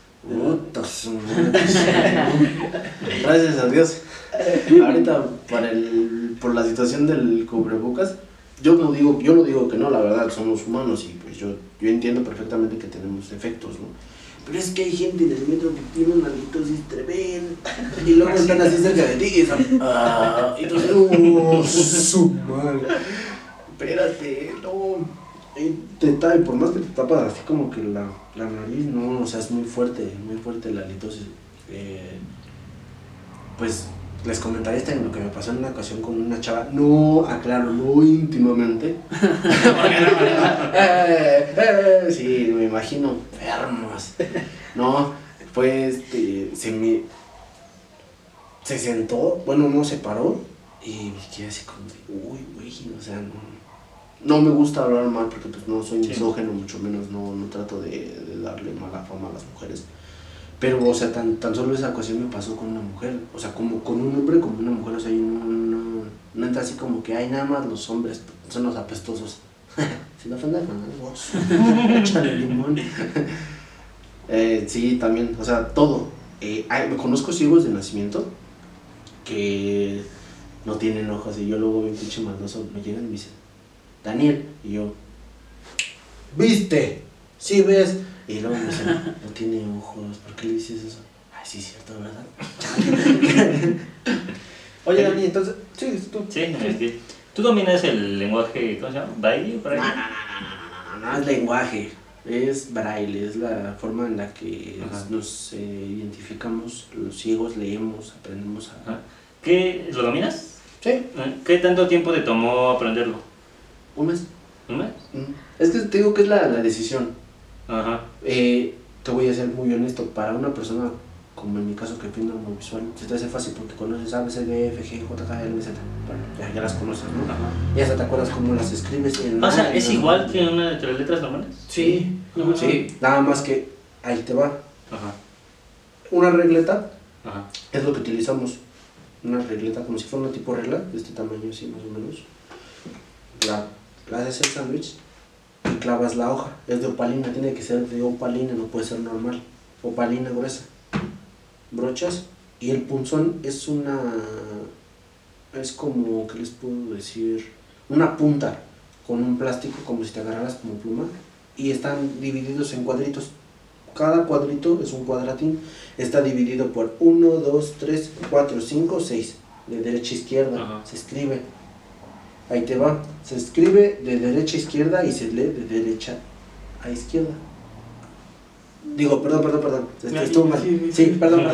Gracias a Dios. Ahorita por la situación del cubrebocas, yo no digo que no, la verdad somos humanos y pues yo entiendo perfectamente que tenemos defectos, ¿no? Pero es que hay gente en el metro que tiene una halitosis tremenda y luego están así cerca de ti y están y tú su madre, espérate, no. Y por más que te tapas así como que la nariz, no, o sea, es muy fuerte la halitosis. Pues les comentaré lo que me pasó en una ocasión con una chava, no, aclaro, no íntimamente. Sí, me imagino enfermos. No, pues se sentó, bueno, no se paró y me quedé así como, uy, güey, o sea, no me gusta hablar mal porque pues no soy misógeno, mucho menos, no trato de darle mala fama a las mujeres. Pero, o sea, tan solo esa ocasión me pasó con una mujer, o sea, como con un hombre, como una mujer, o sea, no entra así como que, ay, nada más los hombres son los apestosos. Si la ofendan con algo, échale limón. Sí, también, o sea, todo. Me conozco ciegos de nacimiento que no tienen ojos y yo luego veo un pinche maldoso, me llegan y me dicen, Daniel, y yo, ¿viste? ¿Sí ves? Y luego me dicen, no tiene ojos, ¿por qué le dices eso? Ay, sí, es cierto, ¿verdad? Oye, Dani, entonces, sí, tú. Sí, ¿Tú dominas el lenguaje, ¿cómo se llama? ¿Braille? No es lenguaje, es braille, es la forma en la que nos identificamos, los ciegos leemos, aprendemos a... ¿Qué? ¿Lo dominas? Sí. ¿Qué tanto tiempo te tomó aprenderlo? Un mes. ¿Un mes? Es que te digo que es la decisión. Ajá. Te voy a ser muy honesto, para una persona como en mi caso que pinta muy visual, se te hace fácil porque conoces A, B, C, D, F, G, J, K, L, Z. Bueno, ya las conoces, ¿no? Ajá. Y hasta te acuerdas cómo las escribes. O sea, ¿es igual que una de las letras normales? Sí, sí, nada más que ahí te va. Ajá. Una regleta Ajá. es lo que utilizamos. Una regleta como si fuera una tipo regla, de este tamaño así más o menos. La haces el sándwich y clavas la hoja. Es de opalina, tiene que ser de opalina, no puede ser normal. Opalina gruesa. Brochas y el punzón es como, ¿qué les puedo decir? Una punta con un plástico como si te agarraras como pluma y están divididos en cuadritos. Cada cuadrito es un cuadratín, está dividido por 1, 2, 3, 4, 5, 6 de derecha a izquierda. Ajá. Se escribe, ahí te va, se escribe de derecha a izquierda y se lee de derecha a izquierda. Digo, perdón, estuvo mal. Sí, perdón.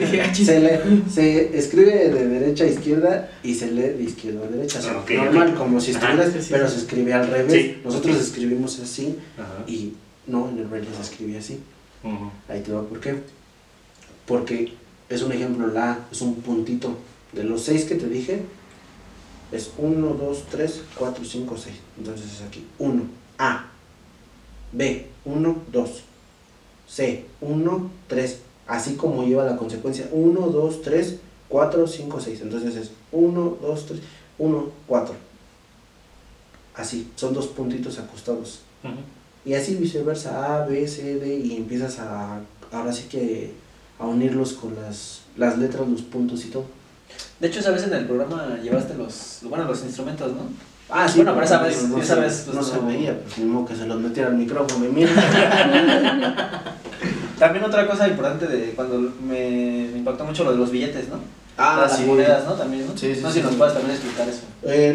Se escribe de derecha a izquierda y se lee de izquierda a derecha. O sea, normal, como si estuvieras, pero se escribe al revés. Sí. Nosotros escribimos así. Ajá. Y no, en el braille se escribe así. Ahí te va, ¿por qué? Porque es un ejemplo, la A es un puntito. De los 6 que te dije, es 1, 2, 3, 4, 5, 6. Entonces es aquí 1, A, B, 1, 2. C, 1, 3, así como lleva la consecuencia 1, 2, 3, 4, 5, 6, entonces es 1, 2, 3, 1, 4, así, son dos puntitos acostados, y así viceversa, A, B, C, D, y empiezas ahora sí que a unirlos con las letras, los puntos y todo. De hecho, esa vez en el programa llevaste los instrumentos, ¿no? Ah, sí, bueno, pero esa vez pues, no se veía, pues ni modo que se los metiera al micrófono, mira. También otra cosa importante de cuando me impactó mucho lo de los billetes, ¿no? Las sí. monedas, ¿no? También, ¿no? Sí, no sé si nos puedes también explicar eso.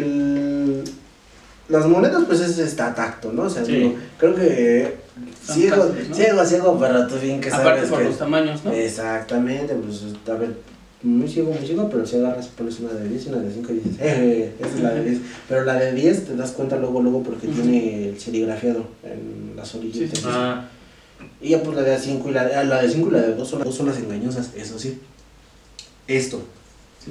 Las monedas, pues está tacto, ¿no? O sea, digo, creo que ciego, pero tú bien que sabes. Aparte por los tamaños, ¿no? Exactamente, pues a ver. Muy ciego, pero si agarras, pones una de 10 y una de 5 y dices, esa es la de 10. Pero la de 10 te das cuenta luego porque tiene el serigrafiado en las orillas. Sí. Y ya pues la de 5 y la de 5 y la de 2 son las engañosas, eso sí. Esto. Sí,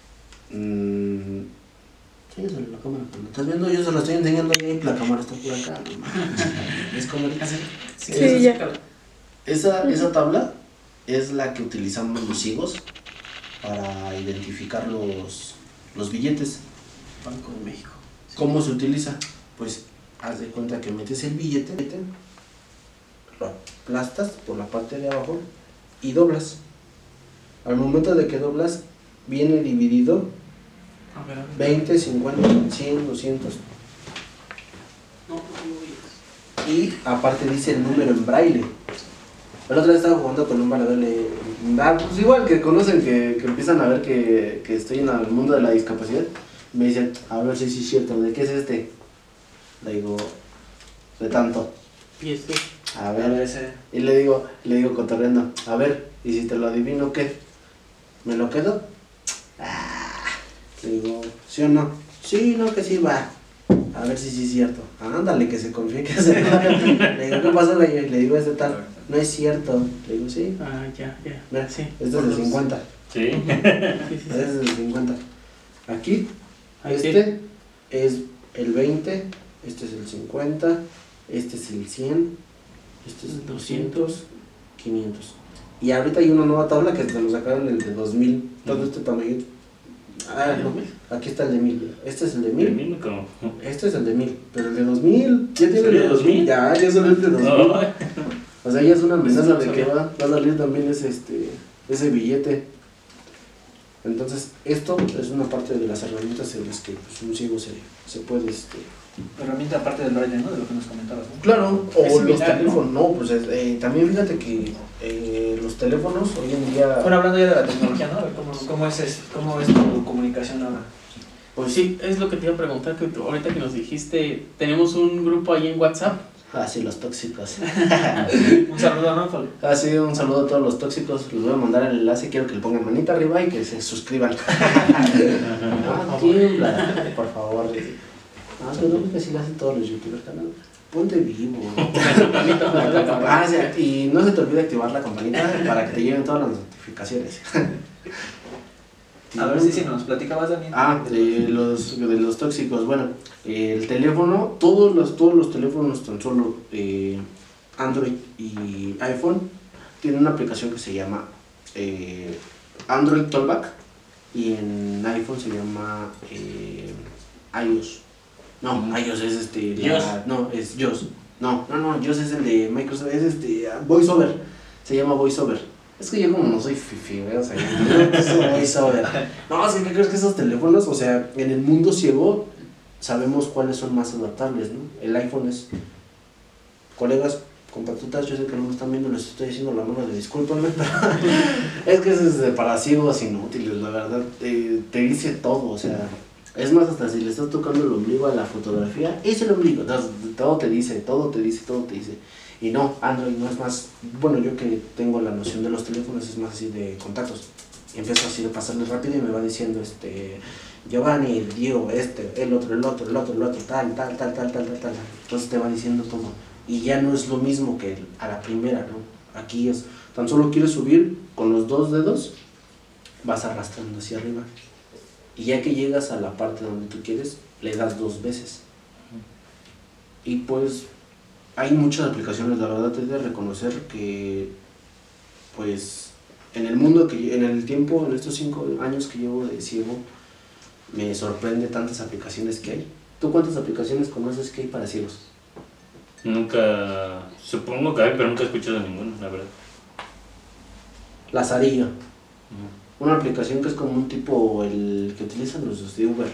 enséñaselo a la cámara. Cuando estás viendo, yo se lo estoy enseñando ahí, la cámara está por acá. ¿Es como ahorita? Sí, ya. Esa tabla es la que utilizamos los ciegos para identificar los billetes. Banco de México. Sí. ¿Cómo se utiliza? Pues haz de cuenta que metes el billete, lo aplastas por la parte de abajo y doblas. Al momento de que doblas, viene dividido 20, 50, 100, 200. Y aparte dice el número en braille. El otro día estaba jugando con un valedor, pues igual que conocen que empiezan a ver que estoy en el mundo de la discapacidad. Me dicen, a ver si es cierto, ¿de qué es este? Le digo, de tanto. ¿Y este? A ver, ese. Y le digo cotorreando, a ver, ¿y si te lo adivino qué? ¿Me lo quedo? Le digo, ¿sí o no? Sí, no, que sí va. A ver si sí es cierto. Ándale, que se confíe que se va. Le digo, ¿qué pasó? Le digo, es de tal. No es cierto. Le digo, sí. Ya. Mira, sí. Este es de 50. Sí. Este es de 50. Aquí, este es el 20, este es el 50, este es el 100, este es el 200, 500. Y ahorita hay una nueva tabla que se lo sacaron el de 2000. Todo este tamaño. No, aquí está el de 1000. Este es el de 1000. Este es el de 1000. Pero el de 2000, ya tiene el de 2000. Ya solo el de 2000. No. O sea, ya es una amenaza de que va a salir también ese billete. Entonces, esto es una parte de las herramientas en las que pues, un ciego se puede... Herramienta aparte del braille, ¿no? De lo que nos comentabas, ¿no? Claro, o los teléfonos, ¿no? Pues también fíjate que los teléfonos hoy en día... Bueno, hablando ya de la tecnología, ¿no? ¿Cómo es tu comunicación ahora? Pues Sí, es lo que te iba a preguntar, que ahorita que nos dijiste, tenemos un grupo ahí en WhatsApp. Ah, sí, los tóxicos. Un saludo, ¿no, Pablo? Ah, sí, un saludo a todos los tóxicos. Les voy a mandar el enlace. Quiero que le pongan manita arriba y que se suscriban. Ah, tiembla, por favor. Ah, pero no, que sí lo hacen todos los youtubers, canal. Ponte vivo. Ah, sí, y no se te olvide activar la campanita para que te lleguen todas las notificaciones. A ver si nos platicabas, Daniel. Ah, de los tóxicos. Bueno, el teléfono, todos los teléfonos, tan solo Android y iPhone, tienen una aplicación que se llama Android Talkback y en iPhone se llama iOS. No, iOS es no, es JOS. No, JOS es el de Microsoft, es VoiceOver. Se llama VoiceOver. Es que yo como no soy fifi, o sea, yo VoiceOver. No, es que ¿qué crees que esos teléfonos, o sea, en el mundo ciego sabemos cuáles son más adaptables, ¿no? El iPhone es, colegas, compatriotas, yo sé que no me están viendo, les estoy diciendo la mano de discúlpenme, pero es que es para ciegos inútiles, la verdad, te dice todo, o sea, es más, hasta si le estás tocando el ombligo a la fotografía, es el ombligo, todo te dice. Y no, Android no es más, bueno, yo que tengo la noción de los teléfonos es más así de contactos. Y empiezo así de pasarles rápido y me va diciendo, Giovanni, Diego, el otro, tal. Entonces te va diciendo todo. Y ya no es lo mismo que a la primera, ¿no? Aquí es, tan solo quieres subir con los 2 dedos, vas arrastrando hacia arriba. Y ya que llegas a la parte donde tú quieres, le das 2 veces. Y pues hay muchas aplicaciones, la verdad te he de reconocer que pues en el mundo, en el tiempo, en estos 5 años que llevo de ciego, me sorprende tantas aplicaciones que hay. ¿Tú cuántas aplicaciones conoces que hay para ciegos? Nunca, supongo que hay, pero nunca he escuchado ninguna, la verdad. Lazarillo. Una aplicación que es como un tipo el que utilizan los de Uber.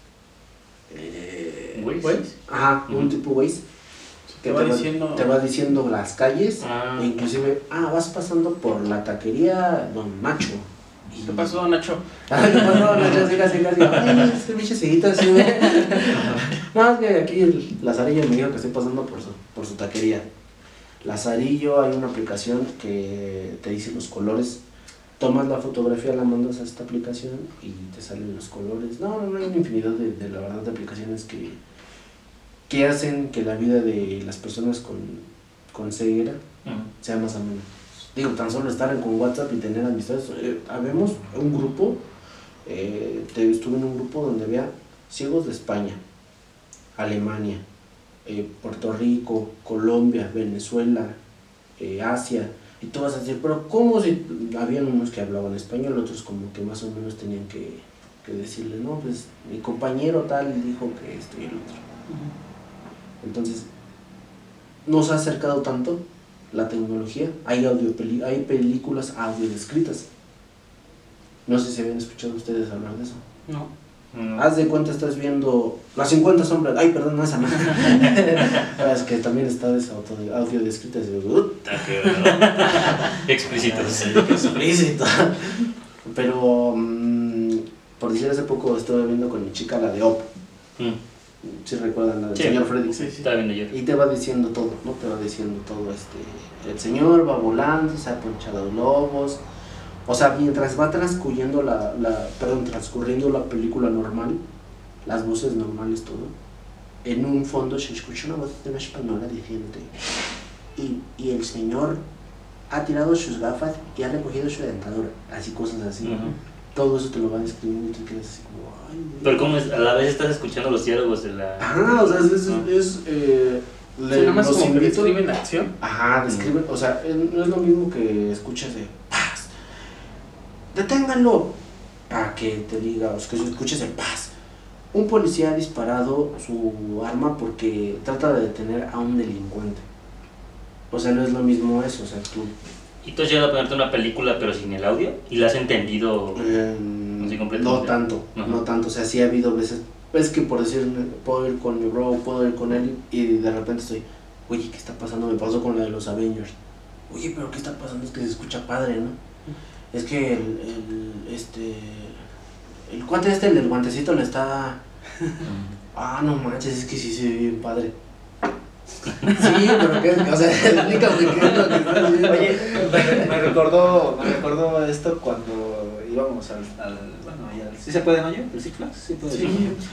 ¿Waze? Ajá, un tipo Waze. Que te va diciendo las calles, e inclusive, vas pasando por la taquería Don Nacho. ¿Qué pasó, Don Nacho? ¿Qué pasó, Don Nacho? Sí, casi. Ay, este bicho cieguito así, güey. No, es que aquí el Lazarillo me dijo que estoy pasando por su taquería. Lazarillo, hay una aplicación que te dice los colores. Tomas la fotografía, la mandas a esta aplicación y te salen los colores. No, hay una infinidad de la verdad de aplicaciones que hacen que la vida de las personas con ceguera sea más amena. Digo, tan solo estar con WhatsApp y tener amistades. Habemos un grupo, estuve en un grupo donde había ciegos de España, Alemania, Puerto Rico, Colombia, Venezuela, Asia. Y tú vas a decir, pero ¿cómo si habían unos que hablaban español, otros como que más o menos tenían que decirle, no, pues mi compañero tal dijo que esto y el otro. Entonces, nos ha acercado tanto la tecnología. Hay películas audio descritas. No sé si habían escuchado ustedes hablar de eso. No. Haz de cuenta, estás viendo las 50 sombras. Ay, perdón, no esa no. Es que también está esa audio descrita. Explícitos. Explícito. Pero, por decir, hace poco estuve viendo con mi chica la de Op. Si recuerdan la del señor Freddy. Sí, estaba viendo yo. Y te va diciendo todo, ¿no? Te va diciendo todo. El señor va volando, se ha ponchado lobos. O sea, mientras va transcurriendo transcurriendo la película normal, las voces normales, todo, en un fondo se escucha una voz de una española diciéndote, y el señor ha tirado sus gafas y ha recogido su dentadura, así cosas así. Todo eso te lo van escribiendo y tú quedas así como, ay. Pero como a la vez estás escuchando los diálogos de la... Ajá, o sea, nada más como que describen la acción. Ajá, describen, o sea, no es lo mismo que escuchas de paz, deténganlo, para que te diga, o sea, que escuches de paz. Un policía ha disparado su arma porque trata de detener a un delincuente. O sea, no es lo mismo eso, o sea, tú... ¿Y tú has llegado a ponerte una película pero sin el audio? ¿Y la has entendido así completamente? No tanto, o sea, sí ha habido veces, es que por decir, puedo ir con mi bro, puedo ir con él y de repente estoy, oye, ¿qué está pasando? Me pasó con la de los Avengers. Oye, pero ¿qué está pasando? Es que se escucha padre, ¿no? Es que el cuate el del guantecito le está... Ah, no manches, es que sí se ve bien padre. Sí, pero qué, o sea, explícame qué es lo que estás haciendo. Oye, me recordó esto cuando íbamos al bueno, allá, ¿sí se puede, no yo? ¿El Six Flags? Sí, puede. Sí,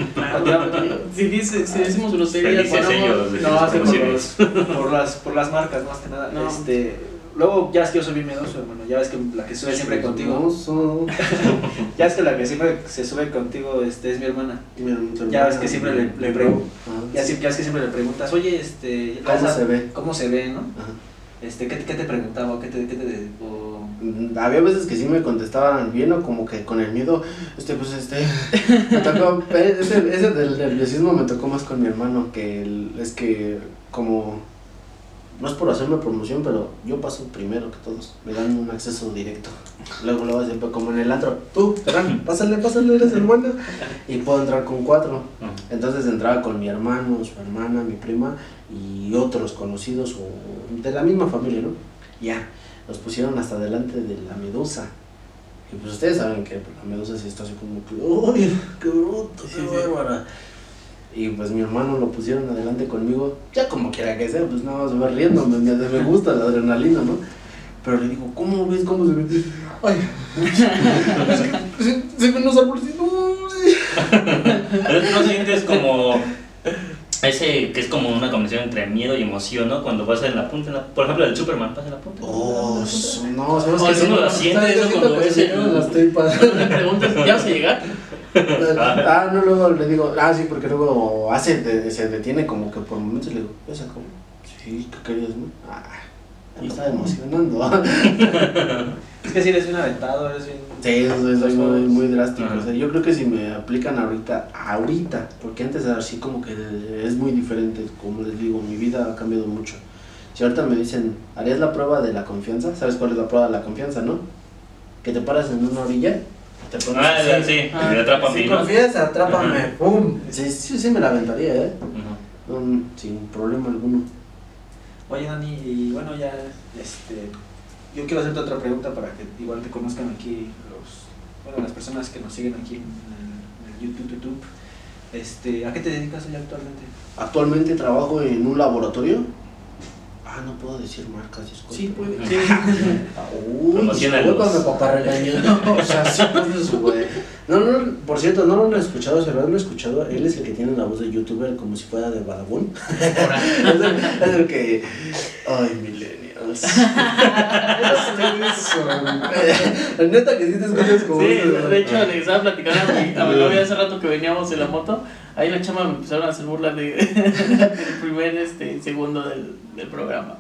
si decimos groserías, por las marcas, más que nada. No. Luego, ya es que yo soy bien miedoso, hermano. Ya ves que la que sube siempre contigo. Ya es que la que siempre se sube contigo es mi hermana. Ya ves que siempre le pregunto. Ya es que siempre le preguntas, oye, ¿Cómo se ve, no? Ajá. ¿Qué te preguntaba? Había veces que sí me contestaban bien o como que con el miedo, me tocó, ese del nerviosismo me tocó más con mi hermano, es que como, no es por hacerme promoción, pero yo paso primero que todos, me dan un acceso directo, luego siempre como en el antro, tú, Ferran, pásale, eres el bueno, y puedo entrar con 4, entonces entraba con mi hermano, su hermana, mi prima, y otros conocidos o de la misma familia, ¿no? Ya. Los pusieron hasta delante de la medusa. Y pues ustedes saben que la medusa sí está así como que, ¡uy, qué bruto, qué bárbara! Y pues mi hermano lo pusieron adelante conmigo, ya como quiera que sea, pues nada más me va riendo, me gusta la adrenalina, ¿no? Pero le digo, ¿cómo ves? ¿Cómo se ve? ¡Ay! Se ven los árboles y ¿No sientes como ese que es como una combinación entre miedo y emoción, ¿no? Cuando vas en la punta, por ejemplo, el Superman pasa en la punta. Oh, no, ¿sabes qué? Uno lo siente, eso cuando ves me preguntas, ¿ya vas a llegar? No, luego le digo, sí, porque luego se detiene como que por momentos le digo, ¿esa cómo? Sí, ¿qué querías, no? Me estaba emocionando. Es que si eres bien aventado, eres bien... Sí, soy muy drástico. O sea, yo creo que si me aplican ahorita, porque antes así como que es muy diferente, como les digo, mi vida ha cambiado mucho. Si ahorita me dicen, ¿harías la prueba de la confianza? ¿Sabes cuál es la prueba de la confianza, no? Que te paras en una orilla, te pones sí, atrápame. Si confías, atrápame, ¡pum! Sí, me la aventaría, ¿eh? Sin problema alguno. Oye, Dani, y bueno, ya, yo quiero hacerte otra pregunta para que igual te conozcan aquí las personas que nos siguen aquí en el YouTube. ¿A qué te dedicas hoy actualmente? Actualmente trabajo en un laboratorio. No puedo decir marcas, disculpe. Sí, puede. Discúlpame, papá regañado. O sea, sí puedes, güey. No, por cierto, no lo han escuchado, si lo han escuchado, él es el que tiene la voz de youtuber como si fuera de Badabun. Es el que... Ay, millennials. Neta que sí te escuchas como... Sí, de hecho le estaba platicando a mi novia hace rato que veníamos en la moto. Ahí la chama me empezaron a hacer burlas del primer segundo del programa.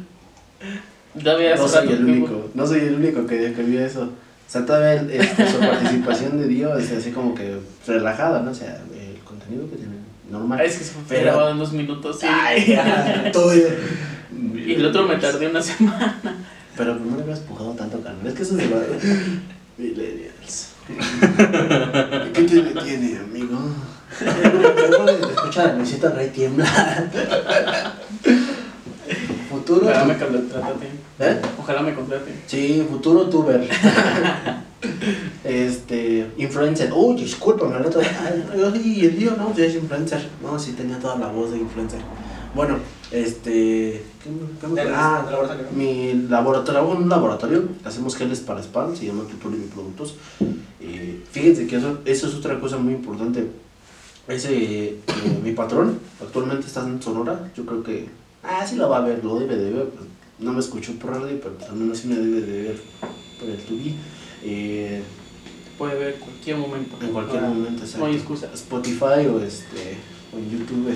No soy el único que vio eso. O sea, todavía su participación de Dio es así como que relajada, ¿no? O sea, el contenido que tiene normal. Es que se fue grabado en 2 minutos, sí. Todo bien. Y el otro me tardé una semana. Pero no le habías pujado tanto, carnal. Es que eso es de millennials. ¿Qué te detiene, amigo? Escucha la Luisita Rey tiembla. Futuro. Ojalá me contraten. Ojalá me contraten. Sí, futuro tuber. Influencer. Uy, discúlpame, el otro. Y el tío no, ya es influencer. No, sí tenía toda la voz de influencer. Bueno, mi laboratorio, hago un laboratorio, hacemos geles para spa, se llama Tutorial de Productos. Fíjense que eso es otra cosa muy importante. Mi patrón actualmente está en Sonora, yo creo que sí la va a ver, lo debe de ver, pues, no me escuchó por radio, pero al menos sí me debe de ver por el tubi. Puede ver en cualquier momento. En cualquier momento, exacto. No hay excusa. Spotify o en YouTube,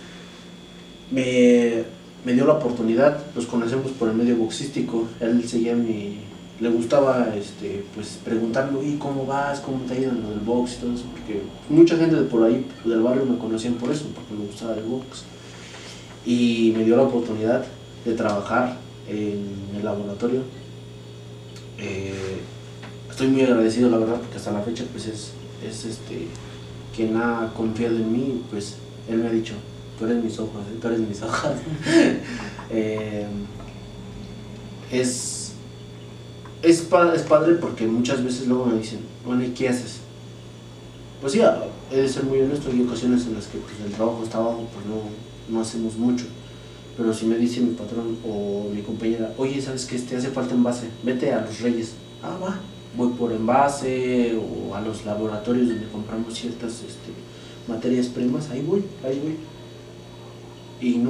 me dio la oportunidad, nos conocemos por el medio boxístico, él seguía le gustaba pues preguntarme, oye, ¿cómo vas? ¿Cómo te ha ido en lo del box y todo eso? Porque mucha gente de por ahí del barrio me conocían por eso, porque me gustaba el box. Y me dio la oportunidad de trabajar en el laboratorio. Estoy muy agradecido, la verdad, porque hasta la fecha pues es quien ha confiado en mí, pues él me ha dicho, tú eres mis ojos, tú eres mis hojas. Es padre porque muchas veces luego me dicen, bueno, ¿y qué haces? pues sí, he de ser muy honesto, hay ocasiones en las que pues, el trabajo está abajo, pues no hacemos mucho. Pero si me dice mi patrón o mi compañera, oye, ¿sabes qué? Te hace falta envase, vete a Los Reyes. Ah, va, voy por envase o a los laboratorios donde compramos ciertas materias primas, ahí voy. Y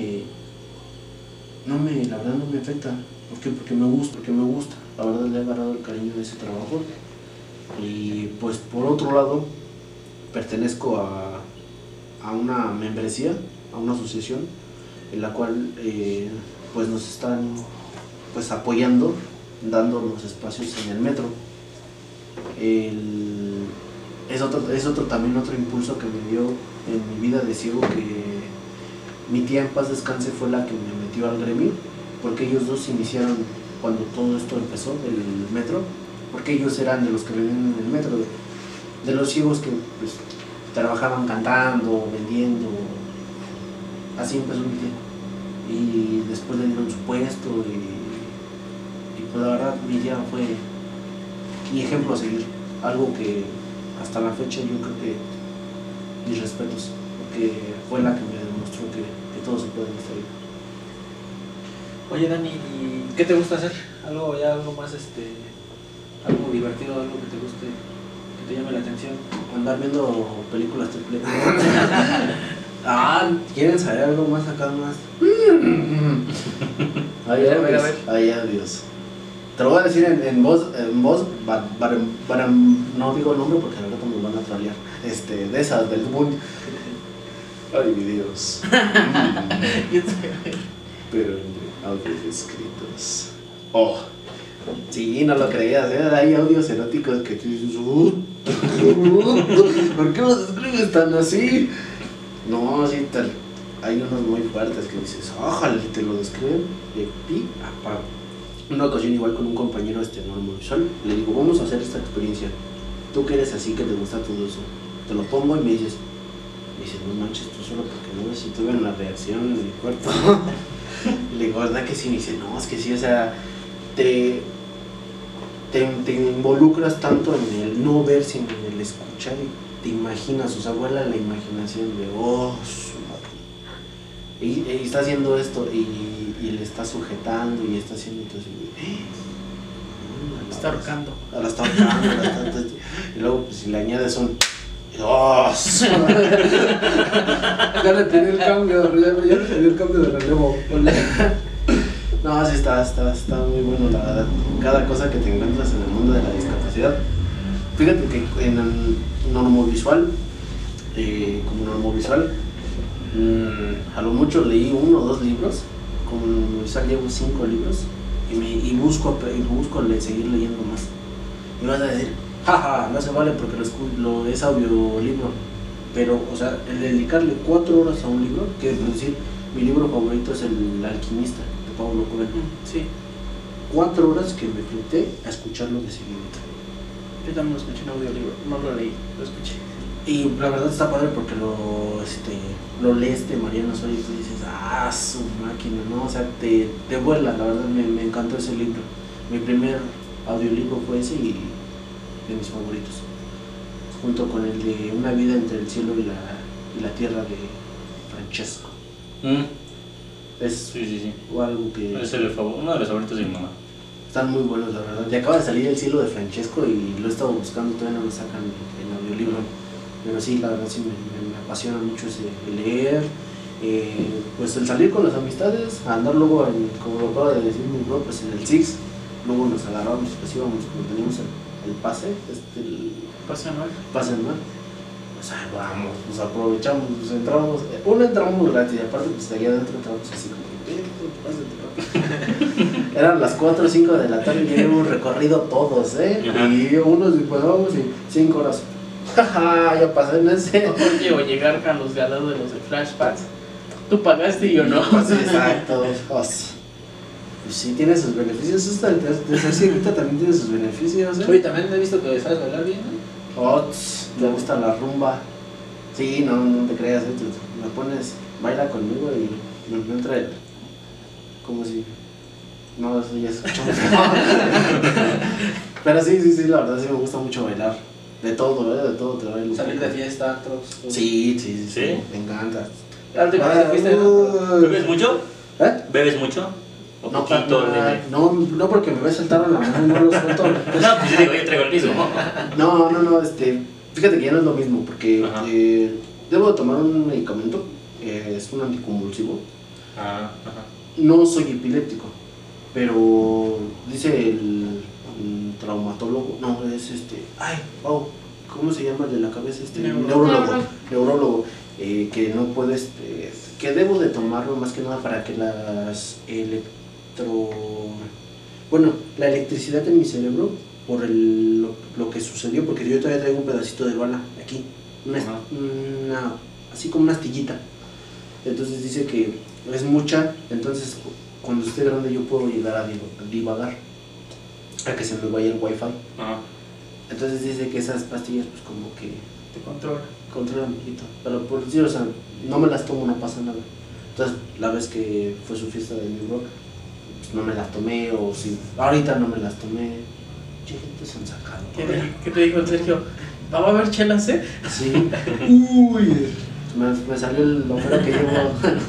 la verdad no me afecta. ¿Por qué? Porque me gusta. La verdad le he agarrado el cariño de ese trabajo. Y pues por otro lado, pertenezco a una membresía, a una asociación, en la cual pues nos están pues apoyando, dándonos espacios en el metro. Es también otro impulso que me dio en mi vida de ciego, que mi tía en paz descanse fue la que me metió al gremio, porque ellos dos iniciaron cuando todo esto empezó, el metro, porque ellos eran de los que venían en el metro, de los ciegos que pues, trabajaban cantando, vendiendo. Así empezó mi tía. Y después le dieron su puesto y pues la verdad mi tía fue mi ejemplo a seguir. Algo que hasta la fecha yo creo que mis respetos, porque fue la que me demostró que todo se puede en esta vida. Oye Dani, ¿y qué te gusta hacer? Algo más algo divertido, algo que te guste, que te llame la atención. Andar viendo películas triple. ¿Quieren saber algo más acá más? Ay, Dios. Te lo voy a decir en voz, para no digo el nombre porque al rato me van a trolear. De esas, del mundo. Ay, Dios. Pero entre audios escritos. Oh. Sí, no lo creías, hay audios eróticos que tú dices, ¿por qué los escribes tan así? No, sí, hay unos muy fuertes que dices, ojalá te lo describen de pi a pa. Una ocasión igual con un compañero normovisual, le digo, vamos a hacer esta experiencia. Tú que eres así, que te gusta todo eso, te lo pongo y me dices, no manches, tú solo porque no ves si tuve una reacción en mi cuerpo. Le digo, ¿verdad que sí? Me dice, no, es que sí, o sea, te involucras tanto en el no ver, sino en el escuchar y te imaginas, o sea, vuela la imaginación de, su madre. Y está haciendo esto y le está sujetando y está haciendo entonces. Está ahorcando. La está ahorcando. Y luego, pues, si le añades un. Ya le tenía el cambio de relevo. No, sí está muy bueno, la verdad. Cada cosa que te encuentras en el mundo de la discapacidad. Fíjate que en normovisual, como normovisual, a lo mucho leí 1 o 2 libros. Como normovisual llevo 5 libros y busco seguir leyendo más. Y vas a decir, jaja, no se vale porque lo es audiolibro. Pero, o sea, el dedicarle 4 horas a un libro, que es decir, mi libro favorito es El Alquimista, de Paulo Coelho. Sí. 4 horas que me fleté a escucharlo de seguido. Yo también lo escuché en audiolibro, no lo leí, lo escuché. Y la verdad está padre porque lo lees de Mariano Soria y tú dices, su máquina, ¿no? O sea, te vuela, la verdad me encantó ese libro. Mi primer audiolibro fue ese y de mis favoritos. Junto con el de Una vida entre el cielo y la tierra de Francesco. Es sí. algo que... Es uno de los favoritos de mi mamá. Están muy buenos, la verdad. Ya acaba de salir El cielo de Francesco y lo he estado buscando, todavía no lo sacan en audiolibro. Pero sí, la verdad sí me apasiona mucho el leer, pues el salir con las amistades, andar luego, como lo acaba de decir mi bro, pues en el Six, luego nos agarramos, pues íbamos, como teníamos el pase, el pase anual. Pues ahí vamos, pues aprovechamos, pues entramos gratis, y aparte pues allá adentro entramos así como eran las 4 o 5 de la tarde y ya habíamos recorrido todos, y unos pues vamos y 5 horas. Jaja, ya pasé en ese. Oye, o llegar a los galados de los de Flashpacks. Tú pagaste y yo no. Pues, exacto. Pues sí, tiene sus beneficios. Esta de ser cieguita también tiene sus beneficios. Oye, también he visto que sabes bailar bien, ¿no? Me gusta la rumba. Sí, no te creas, tú me pones, baila conmigo y me entra el. Como si. No, eso ya escuchamos. Pero sí, la verdad sí me gusta mucho bailar. De todo, de todo te va a ir. Salir de fiesta, antros. Sí, ¿Sí? me encanta. La última vez que fuiste, ¿no? ¿Bebes mucho? ¿Eh? ¿Bebes mucho? ¿O No, poquito? no, porque me saltaron la mano y no lo suelto. No, pues yo digo, yo traigo el mismo. No, fíjate que ya no es lo mismo, porque Ajá. debo de tomar un medicamento, es un anticonvulsivo. Ajá. No soy epiléptico, pero dice el traumatólogo, no, es ¿cómo se llama el de la cabeza? Neurólogo, que no puedes, que debo de tomarlo más que nada para que la electricidad en mi cerebro, por lo que sucedió, porque yo todavía traigo un pedacito de bala aquí, así como una astillita. Entonces dice que es mucha, entonces cuando esté grande yo puedo llegar a divagar, a que se me vaya el wifi. Ajá. Entonces dice que esas pastillas pues como que Te controlan un poquito, pero por decir, o sea, no me las tomo, no pasa nada. Entonces la vez que fue su fiesta de New Rock, pues no me las tomé, o si ahorita no me las tomé. Che, gente se han sacado. ¿Qué te dijo el Sergio? ¿Va a haber chelas, eh? Sí. Uy, me salió el oferta que llevo.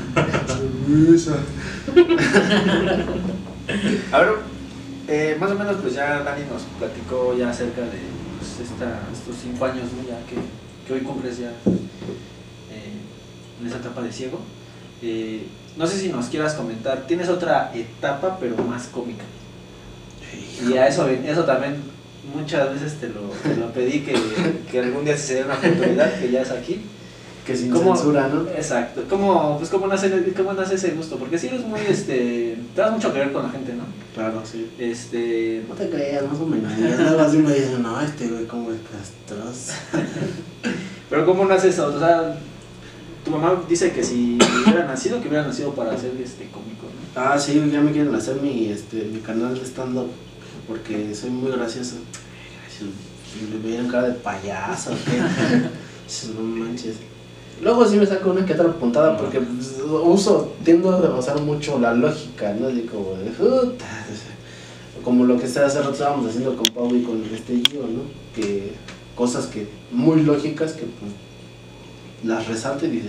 A ver, más o menos pues ya Dani nos platicó ya acerca de pues, estos 5 años, ¿no? Ya que hoy cumples ya en esa etapa de ciego. No sé si nos quieras comentar, tienes otra etapa pero más cómica. Y a eso también muchas veces te lo pedí que algún día se dé una oportunidad, que ya es aquí. Que sin censura, ¿no? Exacto. ¿Cómo nace ese gusto? Porque sí eres muy, te das mucho que ver con la gente, ¿no? Claro, sí. No te creas, más o menos. Nada más me dicen, no, güey, ¿cómo es castroso? Pero ¿cómo nace eso? O sea, tu mamá dice que si hubiera nacido para ser cómico, ¿no? Ah, sí, ya me quieren hacer mi canal de stand-up, porque soy muy gracioso. Me vieron cara de payaso, ¿qué? No manches. Luego sí me saco una que otra puntada, porque tiendo a usar mucho la lógica, ¿no? Así como de como lo que hace rato estábamos haciendo con Pau y con Gio, ¿no? Que cosas que muy lógicas que pues las resalto y dices,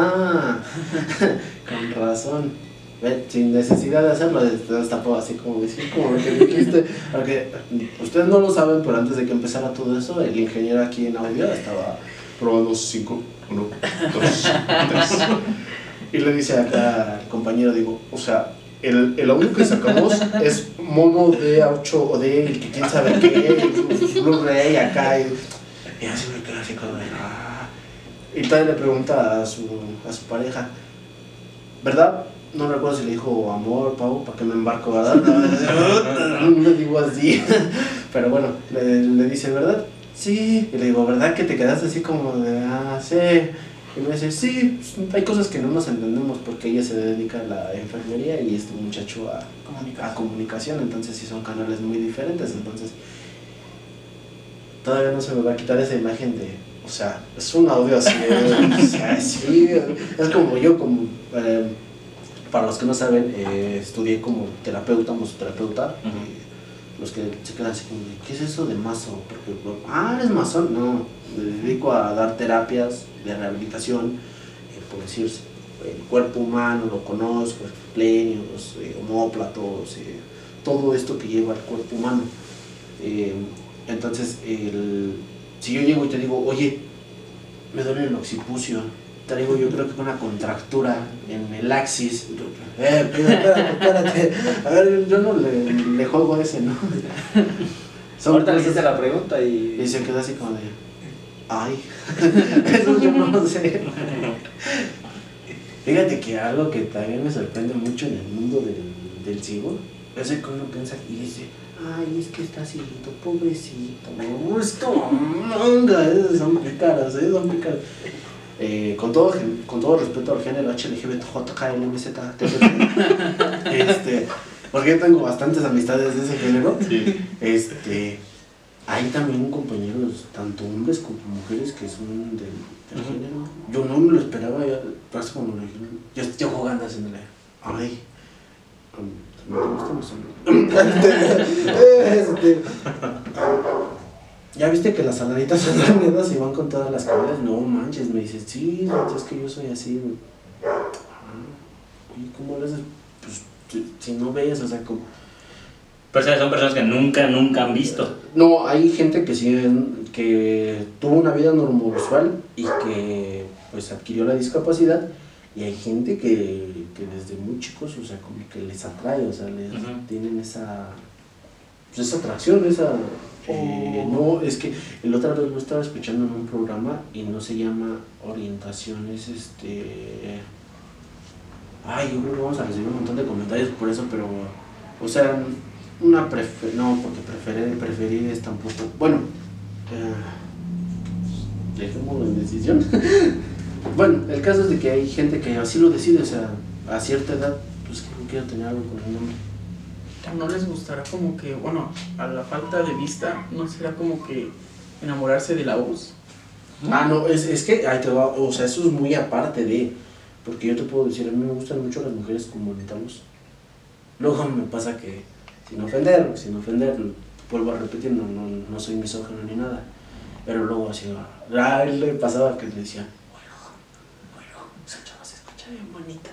con razón. Sin necesidad de hacerlo, destapó así como decir, como lo que dijiste, porque ustedes no lo saben, pero antes de que empezara todo eso, el ingeniero aquí en audio estaba probando 5, 1, 2, 3. Y le dice acá al compañero, digo, o sea, el audio que sacamos es mono de 8 o de el que quién sabe qué, Blu-ray acá, y así me quedo así como de, Y todavía le pregunta a su pareja, ¿verdad? No recuerdo si le dijo amor, Pau, para que me embarco, ¿verdad? No digo así. Pero bueno, le dice, ¿verdad? Sí. Y le digo, ¿verdad que te quedaste así como de, sí? Y me dice, sí, hay cosas que no nos entendemos porque ella se dedica a la enfermería y este muchacho a comunicación, entonces sí son canales muy diferentes, entonces todavía no se me va a quitar esa imagen de, o sea, es un audio así, o sea, sí, es como yo, para los que no saben, estudié como terapeuta, masoterapeuta. Los que se quedan así como, ¿qué es eso de maso? Porque, ¿eres masón? No, me dedico a dar terapias de rehabilitación, por decir, el cuerpo humano, lo conozco, esplenios, omóplatos, todo esto que lleva el cuerpo humano. Entonces, si yo llego y te digo, oye, me duele el occipucio, traigo yo creo que una contractura en el axis, espérate, a ver, yo no le juego ese, ¿no? Ahorita le hiciste la pregunta y se queda así como de, ay, eso yo no sé. Fíjate que algo que también me sorprende mucho en el mundo del ciego, es que uno piensa y dice, ay, es que está cieguito, pobrecito, esto, manga, son picaras, son picaras. Con todo respeto al género HLGBTJKLMZ, porque yo tengo bastantes amistades de ese género. Sí. Hay también compañeros, tanto hombres como mujeres, que son del género. Yo no me lo esperaba, pero como lo dijeron, yo jugando haciéndole, ay, me gustan los hombres. ¿ya viste que las saladitas son reunidas y van con todas las comidas? No manches, me dice, sí, es que yo soy así. ¿Y cómo lo haces? Pues si no ves, o sea, como... Pues son personas que nunca han visto. No, hay gente que sí, que tuvo una vida normovisual y que pues adquirió la discapacidad, y hay gente que desde muy chicos, o sea, como que les atrae, o sea, les tienen esa atracción, no, es que el otra vez lo estaba escuchando en un programa y no se llama orientación, es ay, yo creo que vamos a recibir un montón de comentarios por eso, pero, o sea, no, porque preferir es tampoco, bueno, dejémoslo en decisión. Bueno, el caso es de que hay gente que así lo decide, o sea, a cierta edad, pues que no quiero tener algo con el nombre. ¿No les gustará como que, bueno, a la falta de vista, no será como que enamorarse de la voz? Ah, no, es que, ahí te va, o sea, eso es muy aparte de, porque yo te puedo decir, a mí me gustan mucho las mujeres con bonita voz. Luego me pasa que, sin ofender, vuelvo a repetir, no soy misógino ni nada, pero luego así, a él le pasaba que le decía, bueno, esa chava se escucha bien bonita.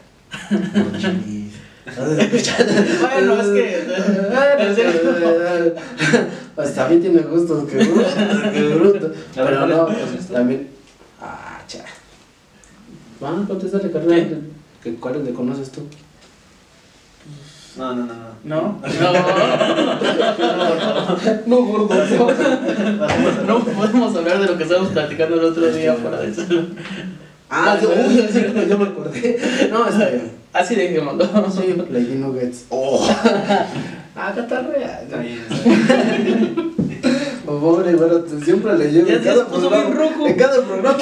Bueno, es que pues también tiene gustos que bruto. Pero no, pues, también. Cha. Van, contéstale, carnal. ¿Cuáles le conoces tú? No. ¿No? No, gordo. No podemos hablar de lo que estábamos platicando el otro día fuera de eso. Yo me acordé. No, está bien. Así dejémoslo. Sí, Play Nuggets. Catarrea. Pobre, bueno, siempre le llevo. Ya se puso bien rojo. En cada programa.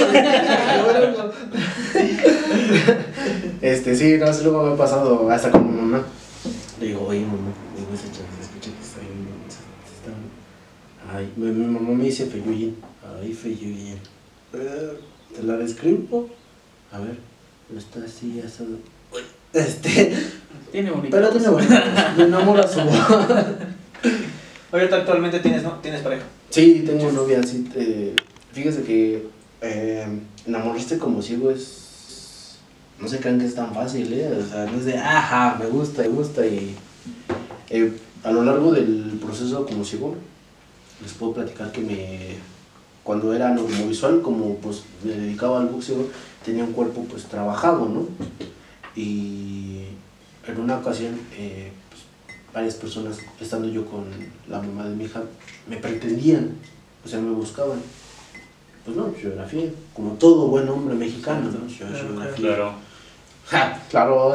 Sí, no sé, luego me ha pasado hasta con mi mamá. Le digo, oye, mamá, esa chava se escucha que está bien. Ay, mi mamá me dice Feyuyin. Ay, Feyuyin. ¿Te la describo? A ver, está así, asado. Tiene bonito. Pero tiene bonito. Me enamora su voz. Oye, ¿actualmente tienes pareja? Sí, tengo novia, sí. Fíjese que enamorarse como ciego es... No se crean que es tan fácil, O sea, no es de, me gusta, y... a lo largo del proceso como ciego, les puedo platicar que cuando era normovisual, como pues me dedicaba al boxeo, tenía un cuerpo pues trabajado, ¿no? Y en una ocasión, pues, varias personas, estando yo con la mamá de mi hija, me pretendían, o sea, me buscaban. Pues no, yo era fiel, como todo buen hombre mexicano, ¿no? Yo era fiel. Claro. Claro.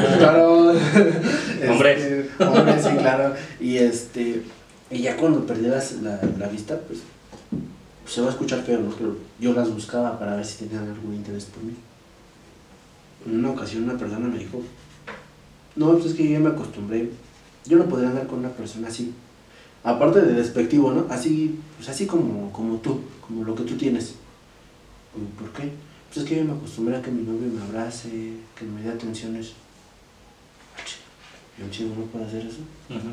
Hombre, sí, claro. Y ya cuando perdí la vista, pues se va a escuchar feo, ¿no? Pero yo las buscaba para ver si tenían algún interés por mí. En una ocasión una persona me dijo, no, pues es que yo ya me acostumbré, yo no podría andar con una persona así, aparte de despectivo, ¿no? Así, pues así como tú, como lo que tú tienes. ¿Por qué? Pues es que yo me acostumbré a que mi novio me abrace, que me dé atenciones. ¿Y un chico no puede hacer eso?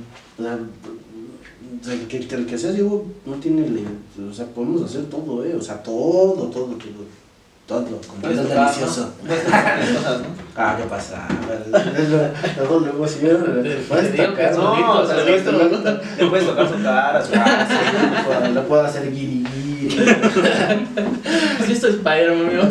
O sea, que sea ciego no tiene... O sea, podemos hacer todo, o sea, todo, como es delicioso. ¿Qué pasa? Luego si puedes tocar, no, o sea, le puedes tocar su cara, su brazo. Le puedo hacer guiri. ¿Has visto Spider-Man, amigo?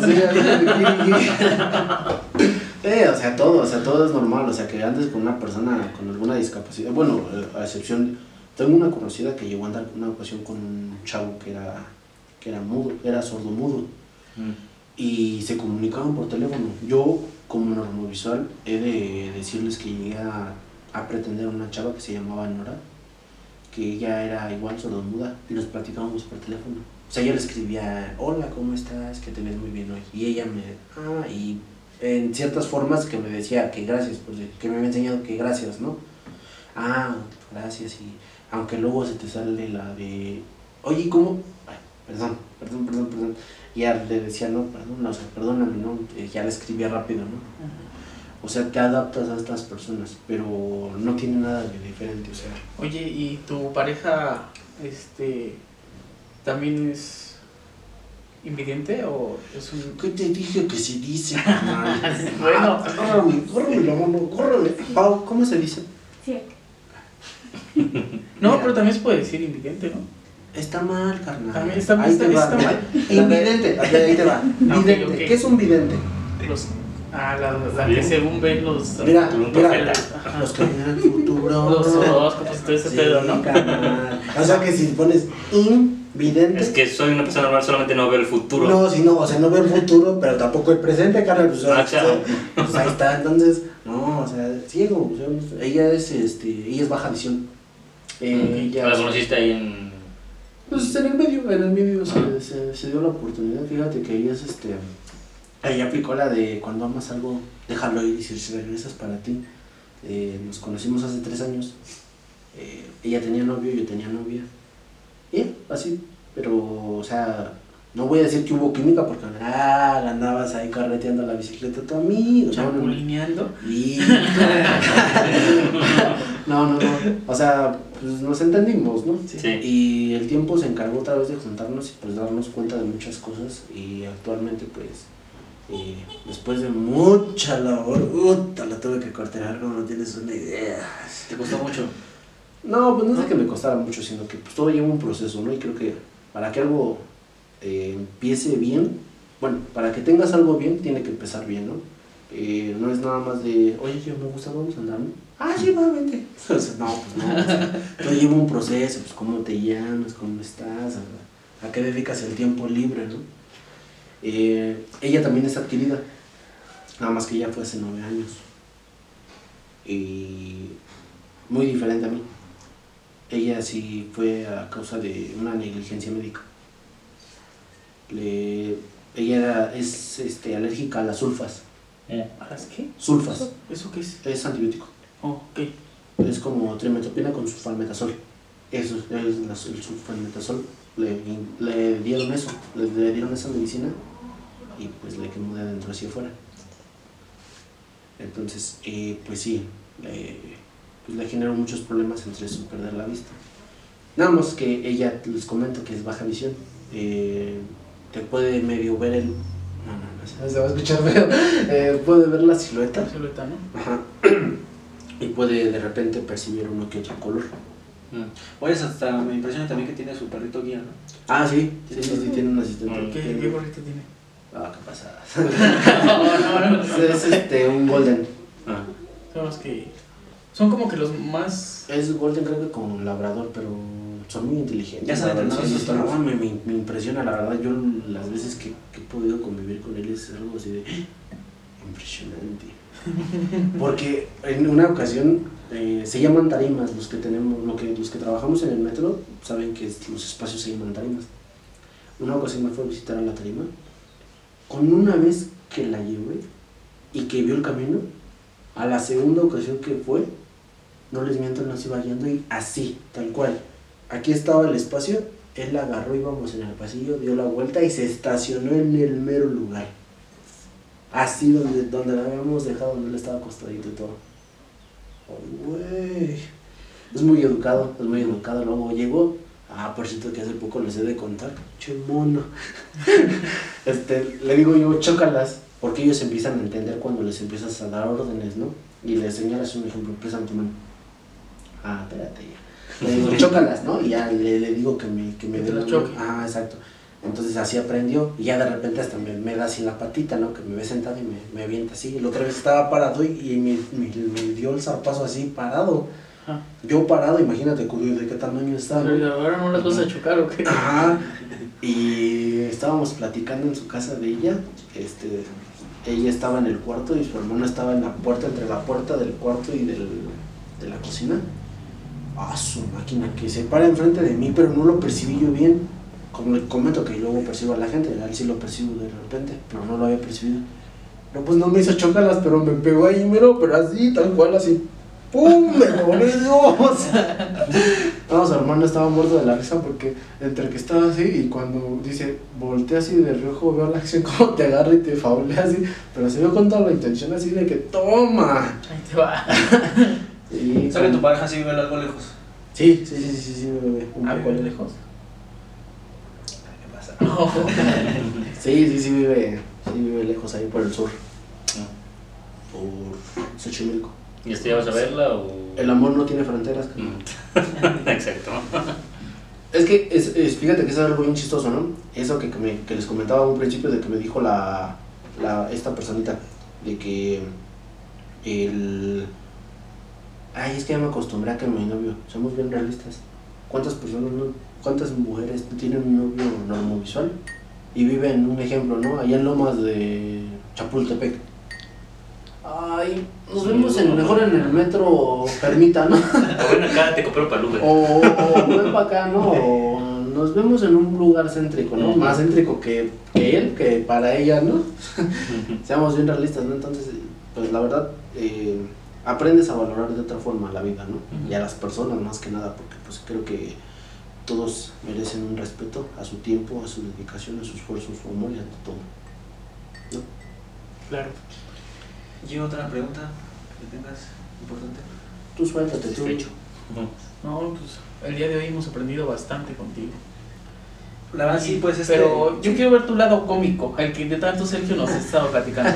O sea, todo es normal, o sea, que andes con una persona con alguna discapacidad, bueno, a excepción, tengo una conocida que llegó a andar una ocasión con un chavo que era mudo, era sordomudo, y se comunicaban por teléfono. Yo, como normovisual, he de decirles que llegué a pretender a una chava que se llamaba Nora, que ella era igual sordomuda, y nos platicábamos por teléfono. O sea, yo le escribía, hola, ¿cómo estás? Que te ves muy bien hoy. Y ella y en ciertas formas que me decía que gracias, pues, que me había enseñado que gracias, ¿no? Gracias, y aunque luego se te sale la de, oye, ¿cómo? Ay, perdón. Y ya le decía, no, perdón, o sea, perdóname, ¿no? Ya le escribía rápido, ¿no? O sea, te adaptas a estas personas, pero no tiene nada de diferente, o sea. Oye, ¿y tu pareja, ¿También es invidente o es un...? ¿Qué te dije que se dice, carnal? Bueno. Córreme la mano, córreme. Pau, ¿cómo se dice? Sí. No, pero también se puede decir invidente, ¿no? Está mal, carnal. También está Ahí te va. mal. Invidente, ahí te va. Vidente. ok. ¿Qué es un vidente? La que según ven los... Mira, profetas. Ajá. los que ven el futuro. Los horóscopos y todo ese pedo, ¿no? Carnal. O sea que si pones invidente. Es que soy una persona normal, solamente no veo el futuro. No, si no, o sea, no veo el futuro, pero tampoco el presente, carnal. Pues, pues ahí está, entonces, no, o sea, ciego. O sea, ella es baja visión. ¿La conociste ahí en...? Pues en el medio se dio la oportunidad. Fíjate que ella es ella aplicó la de cuando amas algo, déjalo ir y si regresas para ti. Nos conocimos hace 3 años. Ella tenía novio, yo tenía novia. Y así, pero, o sea, no voy a decir que hubo química porque andabas ahí carreteando la bicicleta tu amigo. Chapulineando. Y... no. O sea, pues nos entendimos, ¿no? Sí. Y el tiempo se encargó otra vez de juntarnos y pues darnos cuenta de muchas cosas. Y actualmente, pues, después de mucha labor, la tuve que cortar, no tienes una idea. ¿Te costó mucho? No, pues no es que me costara mucho, sino que pues todo lleva un proceso, ¿no? Y creo que para que algo empiece bien, bueno, para que tengas algo bien, tiene que empezar bien, ¿no? No es nada más de, oye, yo me gusta, vamos a andar, ¿no? Ah, sí, va, vente. O sea, no, pues no, o sea, todo lleva un proceso, pues cómo te llamas, cómo estás, a qué dedicas el tiempo libre, ¿no? Ella también es adquirida, nada más que ella fue hace 9 años. Y muy diferente a mí. Ella sí fue a causa de una negligencia médica. Ella es alérgica a las sulfas. ¿A las qué? Sulfas. ¿Eso qué es? Es antibiótico. Oh, ok. Es como trimetopina con sulfametazol. Eso es el sulfametazol. Le dieron eso, le dieron esa medicina y pues le quemó de adentro hacia afuera. Entonces, pues sí, le generó muchos problemas entre eso, perder la vista. Nada más que ella, les comento que es baja visión. Te puede medio ver el... No, se va a escuchar feo. Puede ver la silueta. La silueta, ¿no? Ajá. Y puede de repente percibir uno que otro color. Oye, hasta me impresiona también que tiene su perrito guía, ¿no? Ah, sí, tiene un asistente. ¿Qué gorrito tiene? Ah, qué pasada. No. Es un golden. Son los que... Son como que los más... Es golden, creo que con labrador, pero son muy inteligentes. Ya saben, ¿no? Me impresiona, la verdad. Yo las veces que he podido convivir con él es algo así de... impresionante. Porque en una ocasión se llaman tarimas los que tenemos, los que trabajamos en el metro saben que los espacios se llaman tarimas. Una ocasión me fue a visitar a la tarima, con una vez que la llevé y que vio el camino, a la segunda ocasión que fue, no les miento, nos iba yendo y así, tal cual. Aquí estaba el espacio, él la agarró, íbamos en el pasillo, dio la vuelta y se estacionó en el mero lugar. Así donde la habíamos dejado, donde él estaba acostadito y todo. Ay, güey. Es muy educado. Luego llegó. Por cierto que hace poco les he de contar. Che mono. Le digo yo, chócalas. Porque ellos empiezan a entender cuando les empiezas a dar órdenes, ¿no? Y les señalas un ejemplo, préstame tu mano. Espérate ya. Le digo, chócalas, ¿no? Y ya le digo que me dé la choque. Exacto. Entonces así aprendió y ya de repente hasta me da así la patita, ¿no? Que me ve sentado y me avienta así. La otra vez estaba parado y me dio el zarpazo así parado. Yo parado, imagínate de qué tamaño estaba. Pero ahora no las vas a chocar o qué. Y estábamos platicando en su casa de ella. Ella estaba en el cuarto y su hermano estaba en la puerta, entre la puerta del cuarto y de la cocina. Su máquina, que se para enfrente de mí, pero no lo percibí yo bien. Como le comento que luego percibo a la gente, él sí lo percibo de repente, pero no lo había percibido. No, pues no me hizo chocalas, pero me pegó ahí, mero, pero así, tal cual, así. ¡Pum! ¡Me volé Dios! No, su hermano estaba muerto de la risa porque entre que estaba así y cuando dice, voltea así de reojo, veo la acción como te agarra y te faulea así, pero se vio con toda la intención así de que ¡toma! Ahí te va. ¿Sabe tu pareja si vive algo lejos? Sí, me ve. ¿Vive lejos? casa. Sí, vive lejos ahí por el sur. Por Xochimilco. ¿Y ya vas a verla o...? El amor no tiene fronteras. Exacto. Es que, fíjate que es algo bien chistoso, ¿no? Eso que les comentaba a un principio de que me dijo esta personita, de que Ay, es que ya me acostumbré a que mi novio, somos bien realistas. ¿Cuántas mujeres tienen un novio normovisual? Y viven, un ejemplo, ¿no? Allá en Lomas de Chapultepec. Ay, nos vemos mejor en el metro Permita, ¿no? O ven acá, te compro para Uber. O ven para acá, ¿no? O nos vemos en un lugar céntrico, ¿no? Más céntrico que él, que para ella, ¿no? Seamos bien realistas, ¿no? Entonces, pues la verdad, aprendes a valorar de otra forma la vida, ¿no? Y a las personas más que nada, porque pues creo que todos merecen un respeto a su tiempo, a su dedicación, a su esfuerzo, a su amor y a todo, ¿no? Claro. ¿Y otra pregunta que tengas importante? Tú suéltate, tú. No, pues el día de hoy hemos aprendido bastante contigo. La verdad sí, pues Pero yo quiero ver tu lado cómico, el que de tanto Sergio nos ha estado platicando.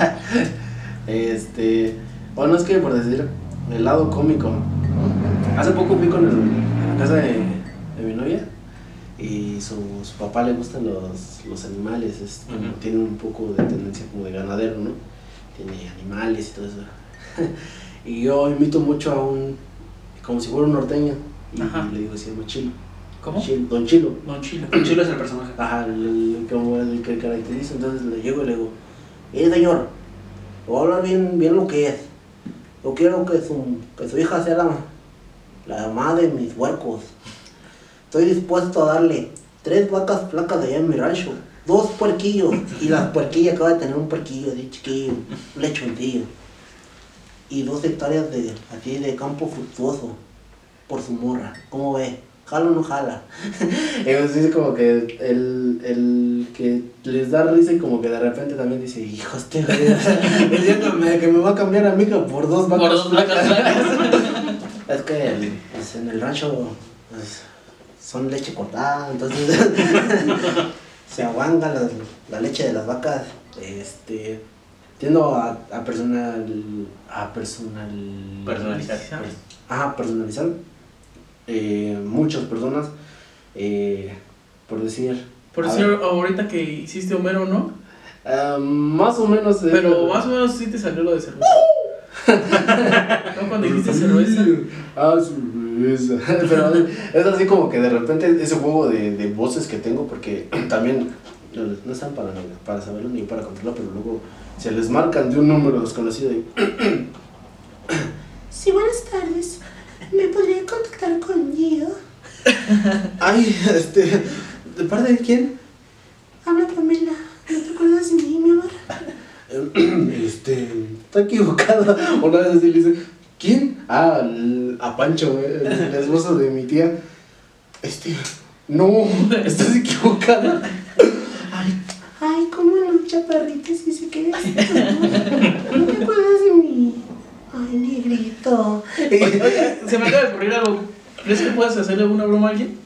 Bueno, es que por decir el lado cómico, hace poco fui con la casa de mi novia y su papá le gustan los animales, tiene un poco de tendencia como de ganadero, ¿no? Tiene animales y todo eso. Y yo imito mucho como si fuera un norteño, y le digo, se llama Chilo. ¿Cómo? Don Chilo. Don Chilo. Don Chilo es el personaje. Ajá, como el que caracteriza. Entonces le llego y le digo, señor, voy a hablar bien lo que es. Yo quiero que su hija sea la mamá de mis huercos. Estoy dispuesto a darle 3 vacas flacas de allá en mi rancho, 2 puerquillos, y las puerquillas acaba de tener un puerquillo de chiquillo, un lechoncillo, y 2 hectáreas de campo fructuoso por su morra. ¿Cómo ve? ¿Jala o no jala? Entonces es como que el que les da risa y como que de repente también dice, hijo, diciéndome que me va a cambiar a mi hija por 2 vacas. Por 2 vacas flacas. Es que pues, en el rancho pues, son leche cortada, entonces se aguanga la leche de las vacas. Tiendo a personalizar. Personalizar. Muchas personas, por decir... ahorita que hiciste Homero, ¿no? Más o menos... Pero más o menos sí te salió lo de cerveza. ¿No? Cuando dijiste cerveza. Cerveza. Pero es así como que de repente ese juego de voces que tengo, porque también no están para saberlo ni para contarlo, pero luego se les marcan de un número desconocido y... Sí, buenas tardes. ¿Me podría contactar con Gio? Ay, ¿de parte de quién? Habla Pamela. ¿No te acuerdas de mí, mi amor? Está equivocado. Una vez así le dice, ¿quién? A Pancho, el esposo de mi tía. No, estás equivocada. Ay, cómo no, chaparrita, si se queda. ¿No te acuerdas de mí? Ay, negrito. Oye, se me acaba de ocurrir algo. ¿Crees que puedes hacerle una broma a alguien?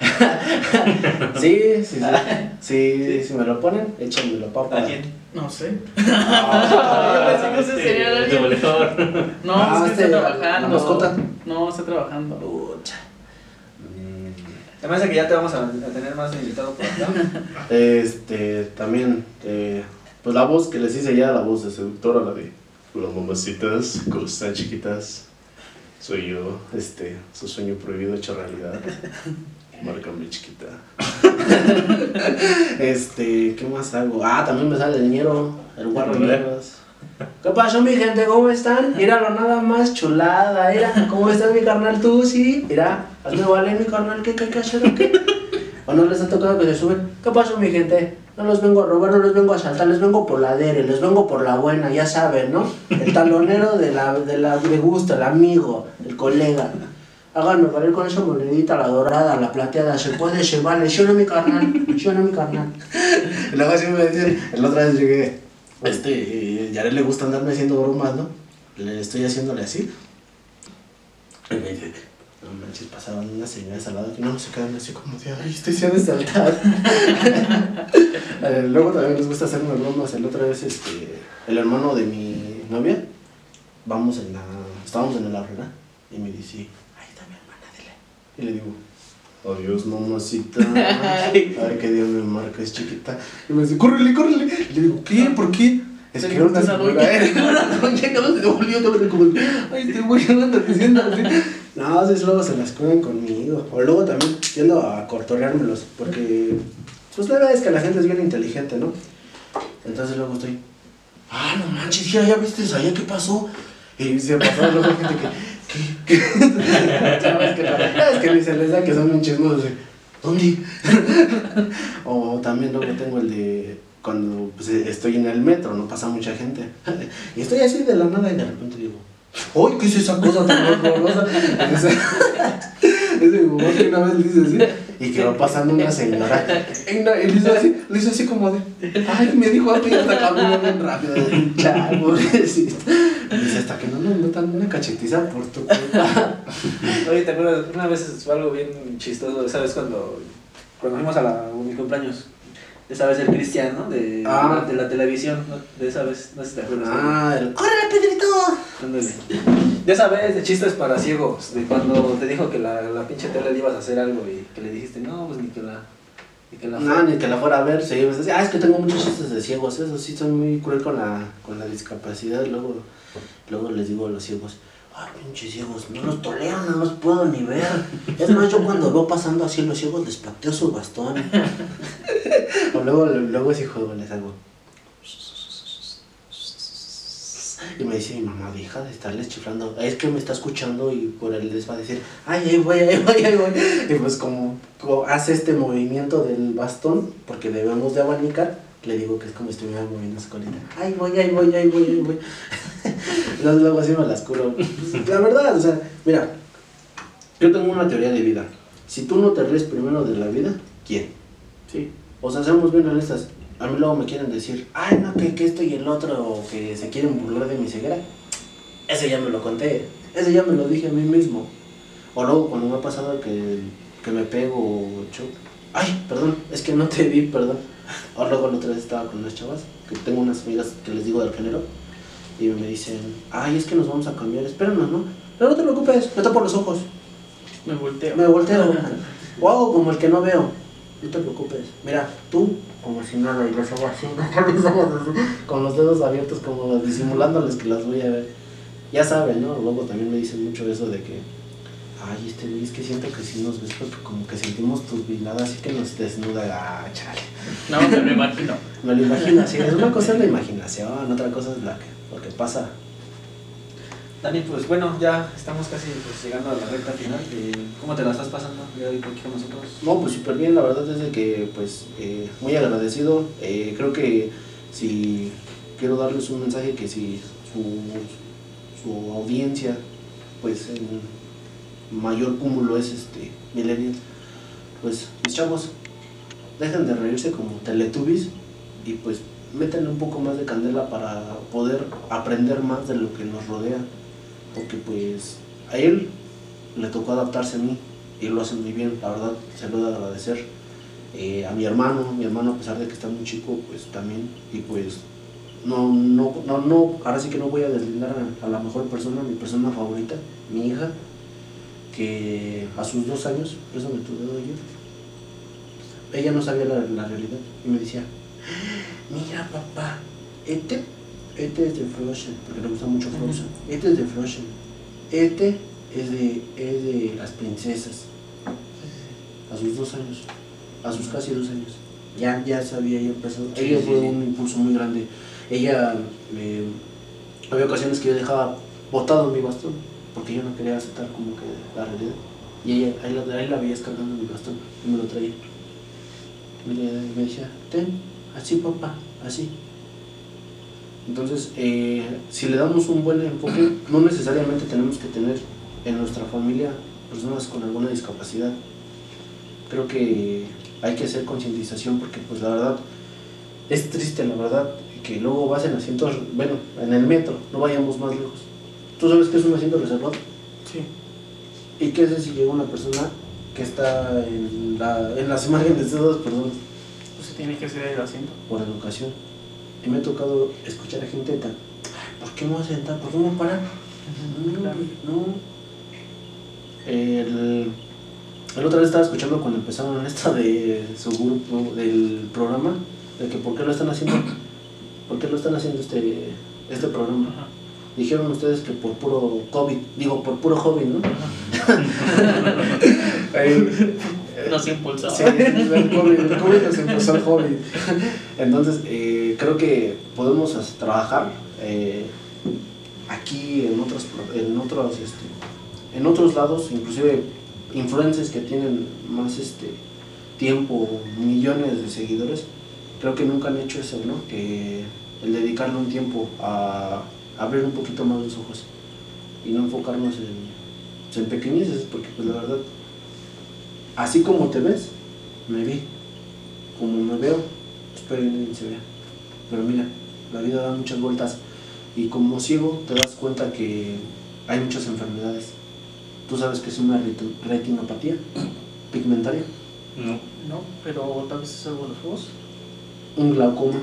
Sí, si me lo ponen, échamelo, papá. ¿A quién? No sé. Yo pensé que ese sería alguien. No, es que está trabajando. ¿La mascota? No, está trabajando. Además de que ya te vamos a tener más invitado por acá. También, pues la voz que les hice ya, la voz de seductora, la de las mamacitas, cuando están chiquitas, soy yo, su sueño prohibido hecho realidad. Márcame, chiquita. ¿Qué más hago? También me sale el ñero, el guarro negros. ¿Qué pasó, mi gente? ¿Cómo están? Míralo nada más, chulada. Mira, ¿cómo estás, mi carnal? Tú, sí. Mira, hazme vale, mi carnal. ¿Qué hacer o qué? ¿O no les ha tocado que se suben? ¿Qué pasó, mi gente? No los vengo a robar, no los vengo a asaltar, les vengo por la dere, les vengo por la buena, ya saben, ¿no? El talonero de la me gusta, el amigo, el colega. Háganme valer con esa monedita, la dorada, la plateada, se puede, se vale, yo no mi carnal, yo no mi carnal. Y luego así me dicen, la otra vez llegué, Yaret le gusta andarme haciendo bromas, ¿no? Le estoy haciéndole así. Y me dice, No manches, pasaban unas señoras al lado que no se quedan así como de, ay, estoy siendo asaltado. Luego también les gusta hacerme bromas. La otra vez, el hermano de mi novia, estábamos en la arena y me dice, ahí está mi hermana, dile. Y le digo, adiós, mamacita. Ay, que Dios me marca, es chiquita. Y me dice, córrele. Y le digo, ¿qué? ¿Por qué? Es que era una doña que no se devolvió, te como, ay, este güey no anda diciendo así. No, así luego se las cuidan conmigo. O luego también yendo a cortoreármelos, porque pues la verdad es que la gente es bien inteligente, ¿no? Entonces luego estoy, no manches, ya viste allá, ¿qué pasó? Y se pasó luego gente que es que se les da que son un chismosos de, ¿dónde? O también luego tengo el de cuando pues, estoy en el metro, no pasa mucha gente. Y estoy así de la nada y de repente digo, ¡ay, qué es esa cosa tan horrorosa! Es de mi mamá que una vez le dice así, y que va pasando una señora. Y le hizo así como de, ¡ay, me dijo algo y hasta caminó bien rápido! ¡Chao, pobrecito! Y dice, hasta que no nos metan una cachetiza por tu culpa. Oye, ¿te acuerdas? Una vez fue algo bien chistoso, esa vez cuando fuimos a mi cumpleaños. Esa vez el Cristian, ¿no? De la televisión, ¿no? De esa vez, no sé si te acuerdas. ¡Córrele, Pedrito! Ándale. De esa vez de chistes para ciegos, de cuando te dijo que la pinche tele le ibas a hacer algo y que le dijiste, no, pues ni que la ni que la fuera a ver, sí, pues, es que tengo muchos chistes de ciegos, eso sí, soy muy cruel con la discapacidad, luego les digo a los ciegos, pinches ciegos, no los tolero, no los puedo ni ver. Es más, yo cuando veo pasando así los ciegos les pateo su bastón. O luego ese juego les hago. Y me dice mi mamá, deja de estarles chiflando. Es que me está escuchando y por él les va a decir, ay, ahí voy. Y pues como hace este movimiento del bastón, porque debemos de abanicar, le digo que es como si estuviera moviendo su colita. Ahí voy. Luego así me las curo. La verdad, o sea, mira, yo tengo una teoría de vida. Si tú no te ríes primero de la vida, ¿quién? Sí. O sea, seamos bien realistas. A mí luego me quieren decir, ay, no, que esto y el otro, o que se quieren burlar de mi ceguera. Ese ya me lo conté, ese ya me lo dije a mí mismo. O luego cuando me ha pasado que me pego o choco. Ay, perdón, es que no te vi, perdón. O luego la otra vez estaba con unas chavas, que tengo unas amigas que les digo del género, y me dicen, ay, es que nos vamos a cambiar, espéranos, ¿no? Pero no te preocupes, me tapo los ojos. Me volteo. O hago como el que no veo. No te preocupes. Mira, tú, como si nada, y los ojos así, con los dedos abiertos, como disimulándoles que las voy a ver. Ya saben, ¿no? Luego también me dicen mucho eso de que, ay, güey, es que siento que sí nos ves porque como que sentimos tus miradas, así que nos desnuda. Chale. No, me lo imagino. Me lo imagino, sí. Es una cosa es la imaginación, otra cosa es lo que pasa. Dani, pues bueno, ya estamos casi llegando a la recta final. ¿Cómo te la estás pasando hoy con nosotros? No, pues súper bien, la verdad es de que pues muy agradecido. Creo que si quiero darles un mensaje que si su audiencia pues en mayor cúmulo es millennial, pues mis chavos, dejen de reírse como Teletubbies y pues métanle un poco más de candela para poder aprender más de lo que nos rodea. Porque pues a él le tocó adaptarse a mí y lo hace muy bien, la verdad, se lo he de agradecer. A mi hermano a pesar de que está muy chico, pues también, y pues no, ahora sí que no voy a deslindar a la mejor persona, mi persona favorita, mi hija, que a sus 2 años, préstame tu dedo yo, ella no sabía la realidad y me decía, mira papá, este es de Frozen, porque le gusta mucho Frozen. Este es de Frozen. Este es de las princesas. A sus 2 años. A sus casi 2 años. Ya sabía, ya empezó. Ella fue un impulso muy grande. Ella, había ocasiones que yo dejaba botado mi bastón, porque yo no quería aceptar como que la realidad. Y ella, ahí la veía cargando mi bastón y me lo traía. Y me decía, ten, así papá, así. Entonces, si le damos un buen enfoque, no necesariamente tenemos que tener en nuestra familia personas con alguna discapacidad. Creo que hay que hacer concientización porque pues la verdad es triste, la verdad, que luego vas en asientos, bueno, en el metro, no vayamos más lejos. ¿Tú sabes qué es un asiento reservado? Sí. ¿Y qué haces si llega una persona que está en las imágenes de estas dos personas? Pues se tiene que ceder el asiento. Por educación. Y me ha tocado escuchar a gente tan, ¿por qué me voy a sentar? ¿Por qué me voy a parar? No. El otra vez estaba escuchando cuando empezaron esta de su grupo, del programa, de que por qué lo están haciendo, este programa. Ajá. Dijeron ustedes que por puro COVID, por puro hobby, ¿no? Nos impulsó. Sí, el COVID nos impulsó el hobby. Entonces, creo que podemos trabajar aquí en otros lados, inclusive influencers que tienen más tiempo, millones de seguidores, creo que nunca han hecho eso, ¿no? Que el dedicarle un tiempo a abrir un poquito más los ojos y no enfocarnos en pequeñeces, porque pues la verdad, así como te ves, me vi, como me veo, espero que nadie se vea, pero mira, la vida da muchas vueltas y como ciego te das cuenta que hay muchas enfermedades. ¿Tú sabes que es una retinopatía pigmentaria? No, pero tal vez es algo de los ojos. Un glaucoma.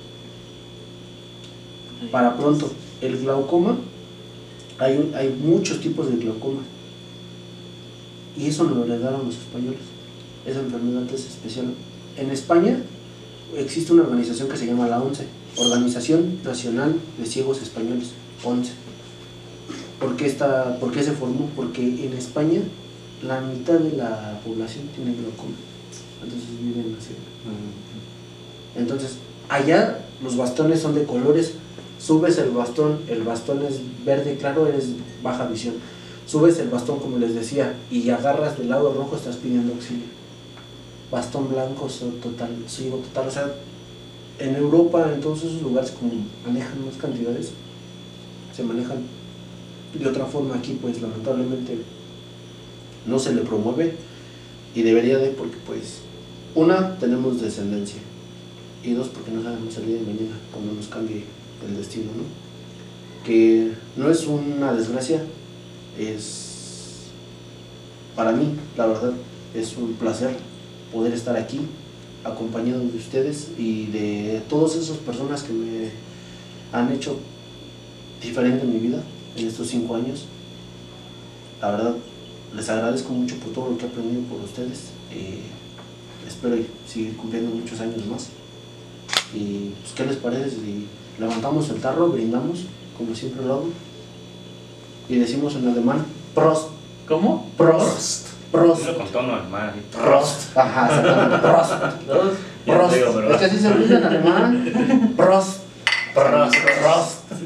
Para pronto, el glaucoma, hay muchos tipos de glaucoma. Y eso nos lo heredaron los españoles. Esa enfermedad es especial. En España existe una organización que se llama la ONCE, Organización Nacional de Ciegos Españoles, ONCE. ¿Por qué se formó? Porque en España la mitad de la población tiene glaucoma. Entonces viven así. Entonces, allá los bastones son de colores. Subes el bastón es verde claro, eres baja visión. Subes el bastón, como les decía, y agarras del lado rojo, estás pidiendo auxilio. Bastón blanco, ciego total. O sea, en Europa, en todos esos lugares, como manejan más cantidades, se manejan de otra forma. Aquí, pues, lamentablemente, no se le promueve y debería de, porque, pues, una, tenemos descendencia, y dos, porque no sabemos el día de mañana cuando nos cambie el destino, ¿no? Que no es una desgracia, es, para mí, la verdad, es un placer poder estar aquí acompañado de ustedes y de todas esas personas que me han hecho diferente en mi vida en estos 5 años. La verdad, les agradezco mucho por todo lo que he aprendido por ustedes. Espero seguir cumpliendo muchos años más. Y pues, ¿qué les parece si levantamos el tarro, brindamos, como siempre lo hago, y decimos en alemán, Prost? ¿Cómo? Prost. Prost. Con tono alemán. Prost. Ajá, exactamente. Prost. Prost. Es que así se brinda en alemán. Prost. Prost.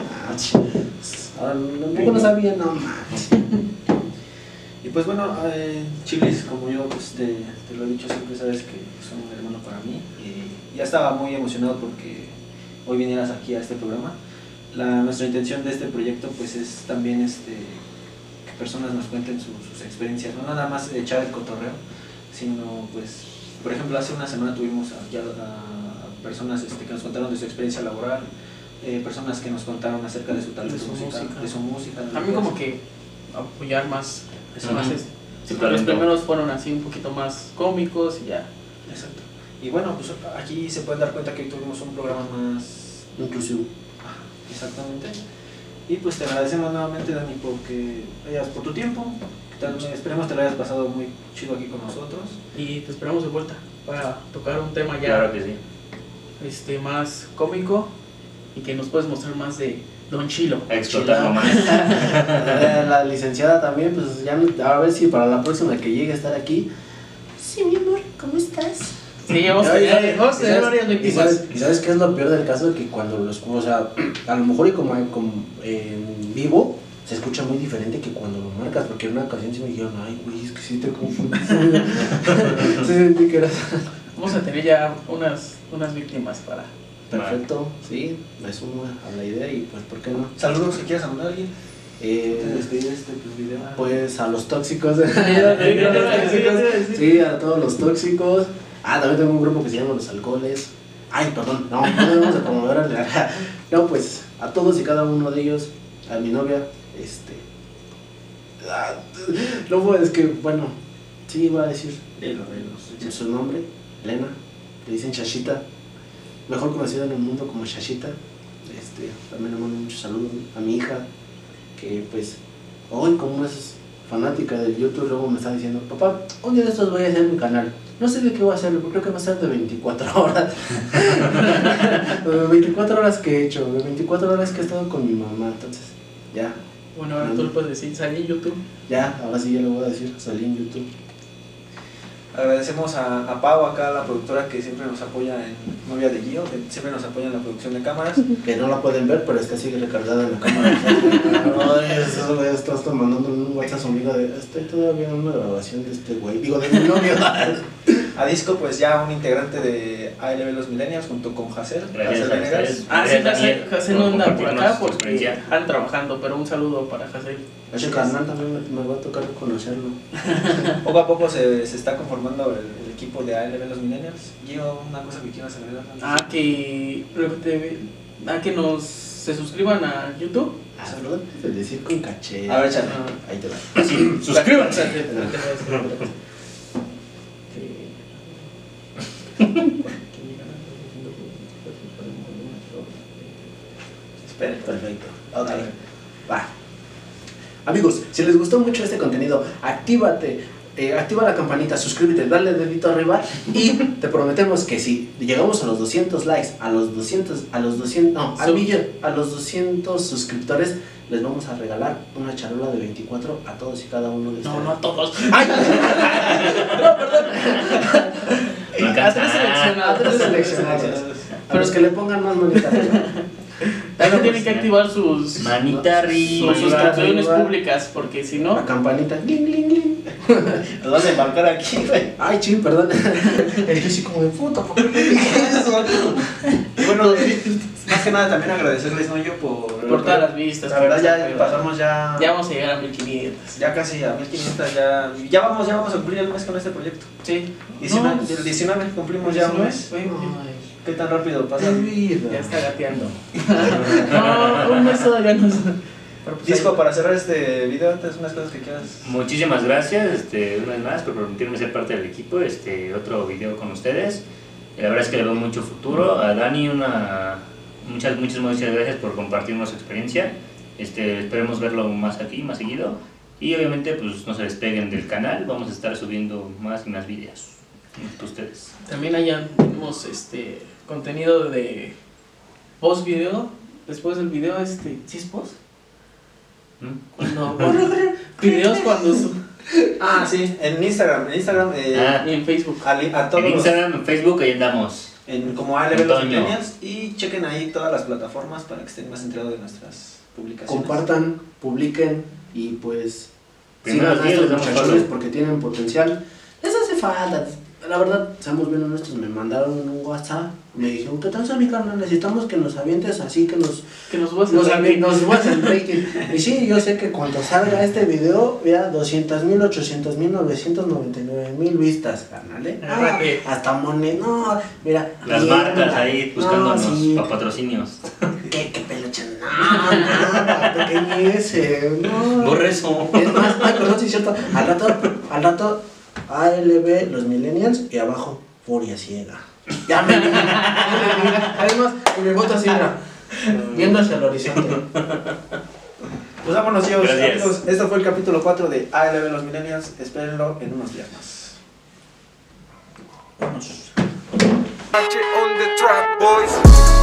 Tampoco no sabía, no manches. Y pues bueno, Chilis, como yo pues te lo he dicho siempre, sabes que son un hermano para mí. Ya estaba muy emocionado porque hoy vinieras aquí a este programa. Nuestra intención de este proyecto pues es también que personas nos cuenten sus experiencias, no nada más echar el cotorreo, sino pues, por ejemplo, hace una semana tuvimos aquí a personas que nos contaron de su experiencia laboral, personas que nos contaron acerca de su talento, de su música. También como que apoyar más. Sí, porque los primeros fueron así un poquito más cómicos y ya. Exacto. Y bueno, pues aquí se pueden dar cuenta que hoy tuvimos un programa más inclusivo. Exactamente. Y pues te agradecemos nuevamente, Dani, por tu tiempo. Esperemos te lo hayas pasado muy chido aquí con nosotros. Y te esperamos de vuelta para tocar un tema ya, claro que sí, más cómico y que nos puedes mostrar más de Don Chilo. Explotarlo más. La licenciada también, pues ya a ver si para la próxima que llegue a estar aquí. Sí, mi amor, ¿cómo estás? Sí, vamos a tener varias víctimas. ¿Y sabes qué es lo peor del caso? Que cuando o sea, a lo mejor y como en vivo se escucha muy diferente que cuando lo marcas, porque en una ocasión sí me dijeron, ay, güey, es que sí te confundí. Sí, sentí que eras. Vamos a tener ya unas víctimas para. Perfecto, sí, me sumo a la idea y pues, ¿por qué no? Saludos, si quieres saludar a alguien. Despedir video. Pues a los tóxicos. Sí, a todos los tóxicos. También tengo un grupo que se llama Los Alcoholes. Ay, perdón, no debemos de promover. No, pues a todos y cada uno de ellos, a mi novia, No, es que, bueno, sí, iba a decir su nombre, Elena, le dicen Shashita, mejor conocida en el mundo como Shashita. También le mando muchos saludos a mi hija, que pues hoy como es fanática del YouTube, luego me está diciendo, papá, un día de estos voy a hacer mi canal. No sé de qué voy a hacer, pero creo que va a ser de 24 horas. De 24 horas que he hecho, de 24 horas que he estado con mi mamá, entonces, ya. Bueno, ahora tú le puedes decir, salí en YouTube. Ya, ahora sí ya le voy a decir, salí en YouTube. Agradecemos a Pau, acá la productora que siempre nos apoya en Novia de Gio, que siempre nos apoya en la producción de cámaras. Que no la pueden ver, pero está así recargada en la cámara. Estás mandando un WhatsApp a su amiga de, estoy todavía en una grabación de este güey, digo, de mi novio. A Disco, pues ya un integrante de ALB Los Millennials junto con Hacer. Gracias, Venegas. Hacer no anda por acá porque experiencia. están trabajando, pero un saludo para Hacer. Ese carnal también me va a tocar conocerlo. Poco a poco se está conformando el equipo de ALB Los Millennials. Gio, una cosa que quieras agregar. Que se suscriban a YouTube. Saludos, decir con caché. A ver, échale. Ahí te va. Sí, suscríbanse. Espera, perfecto. Ok, va. Amigos, si les gustó mucho este contenido, activa la campanita, suscríbete, dale dedito arriba y te prometemos que si llegamos a los 200 likes, a los 200 suscriptores, les vamos a regalar una charola de 24 a todos y cada uno de ustedes. No a todos. ¡Ay! No, perdón. A tres seleccionados. A los que le pongan más manita arriba. También tienen que activar sus manita arriba, sus suscripciones públicas, porque si no, la campanita. Gling, gling, gling. Nos vas a embarcar aquí, güey. Ay, ching, perdón. Estoy así como de puta, ¿por qué me dije eso? Y bueno, más que nada también agradecerles, ¿no? Yo por todas las vistas. La verdad ya pasamos ya vamos a llegar a 1500. Ya casi a 1500, ya vamos a cumplir el mes con este proyecto. Sí. El 19 cumplimos ya un mes. ¿Qué tan rápido pasa? Ya está gateando. No, un mes todavía no. Disco, para cerrar este video, antes unas cosas que quieras. Muchísimas gracias, una vez más, por permitirme ser parte del equipo, otro video con ustedes. La verdad es que le veo mucho futuro. A Dani, muchas gracias por compartirnos su experiencia. Esperemos verlo más aquí, más seguido. Y obviamente, pues no se despeguen del canal, vamos a estar subiendo más y más videos para ustedes. También tenemos contenido de post video, después del video, ¿sí es post? Videos cuando sí, en Instagram y en Facebook. A todos en Instagram, en Facebook, ahí andamos. Como ALB Los Millennials, y chequen ahí todas las plataformas para que estén más enterados de nuestras publicaciones. Compartan, publiquen y pues sigan a estos muchachones porque tienen potencial. Les hace falta. La verdad, seamos bien honestos, me mandaron un WhatsApp, me dijeron, ¿qué tal, mi carnal? Necesitamos que nos avientes así, que nos subas el rating. Y sí, yo sé que cuando salga este video, vea 200,000, 800,000, 999,000 vistas, carnal, hasta no, mira. Las marcas ahí buscándonos para patrocinios. ¿Qué peluche? No, pequeñece, no. Borre eso. Es más, perdón, sí es cierto, al rato ALB Los Millennials y abajo Furia Ciega. Ya me vi. Además, mi foto así, mira, viendo hacia el horizonte. Pues vámonos, amigos. Esto fue el capítulo 4 de ALB Los Millennials. Espérenlo en unos días más. H on the track, boys.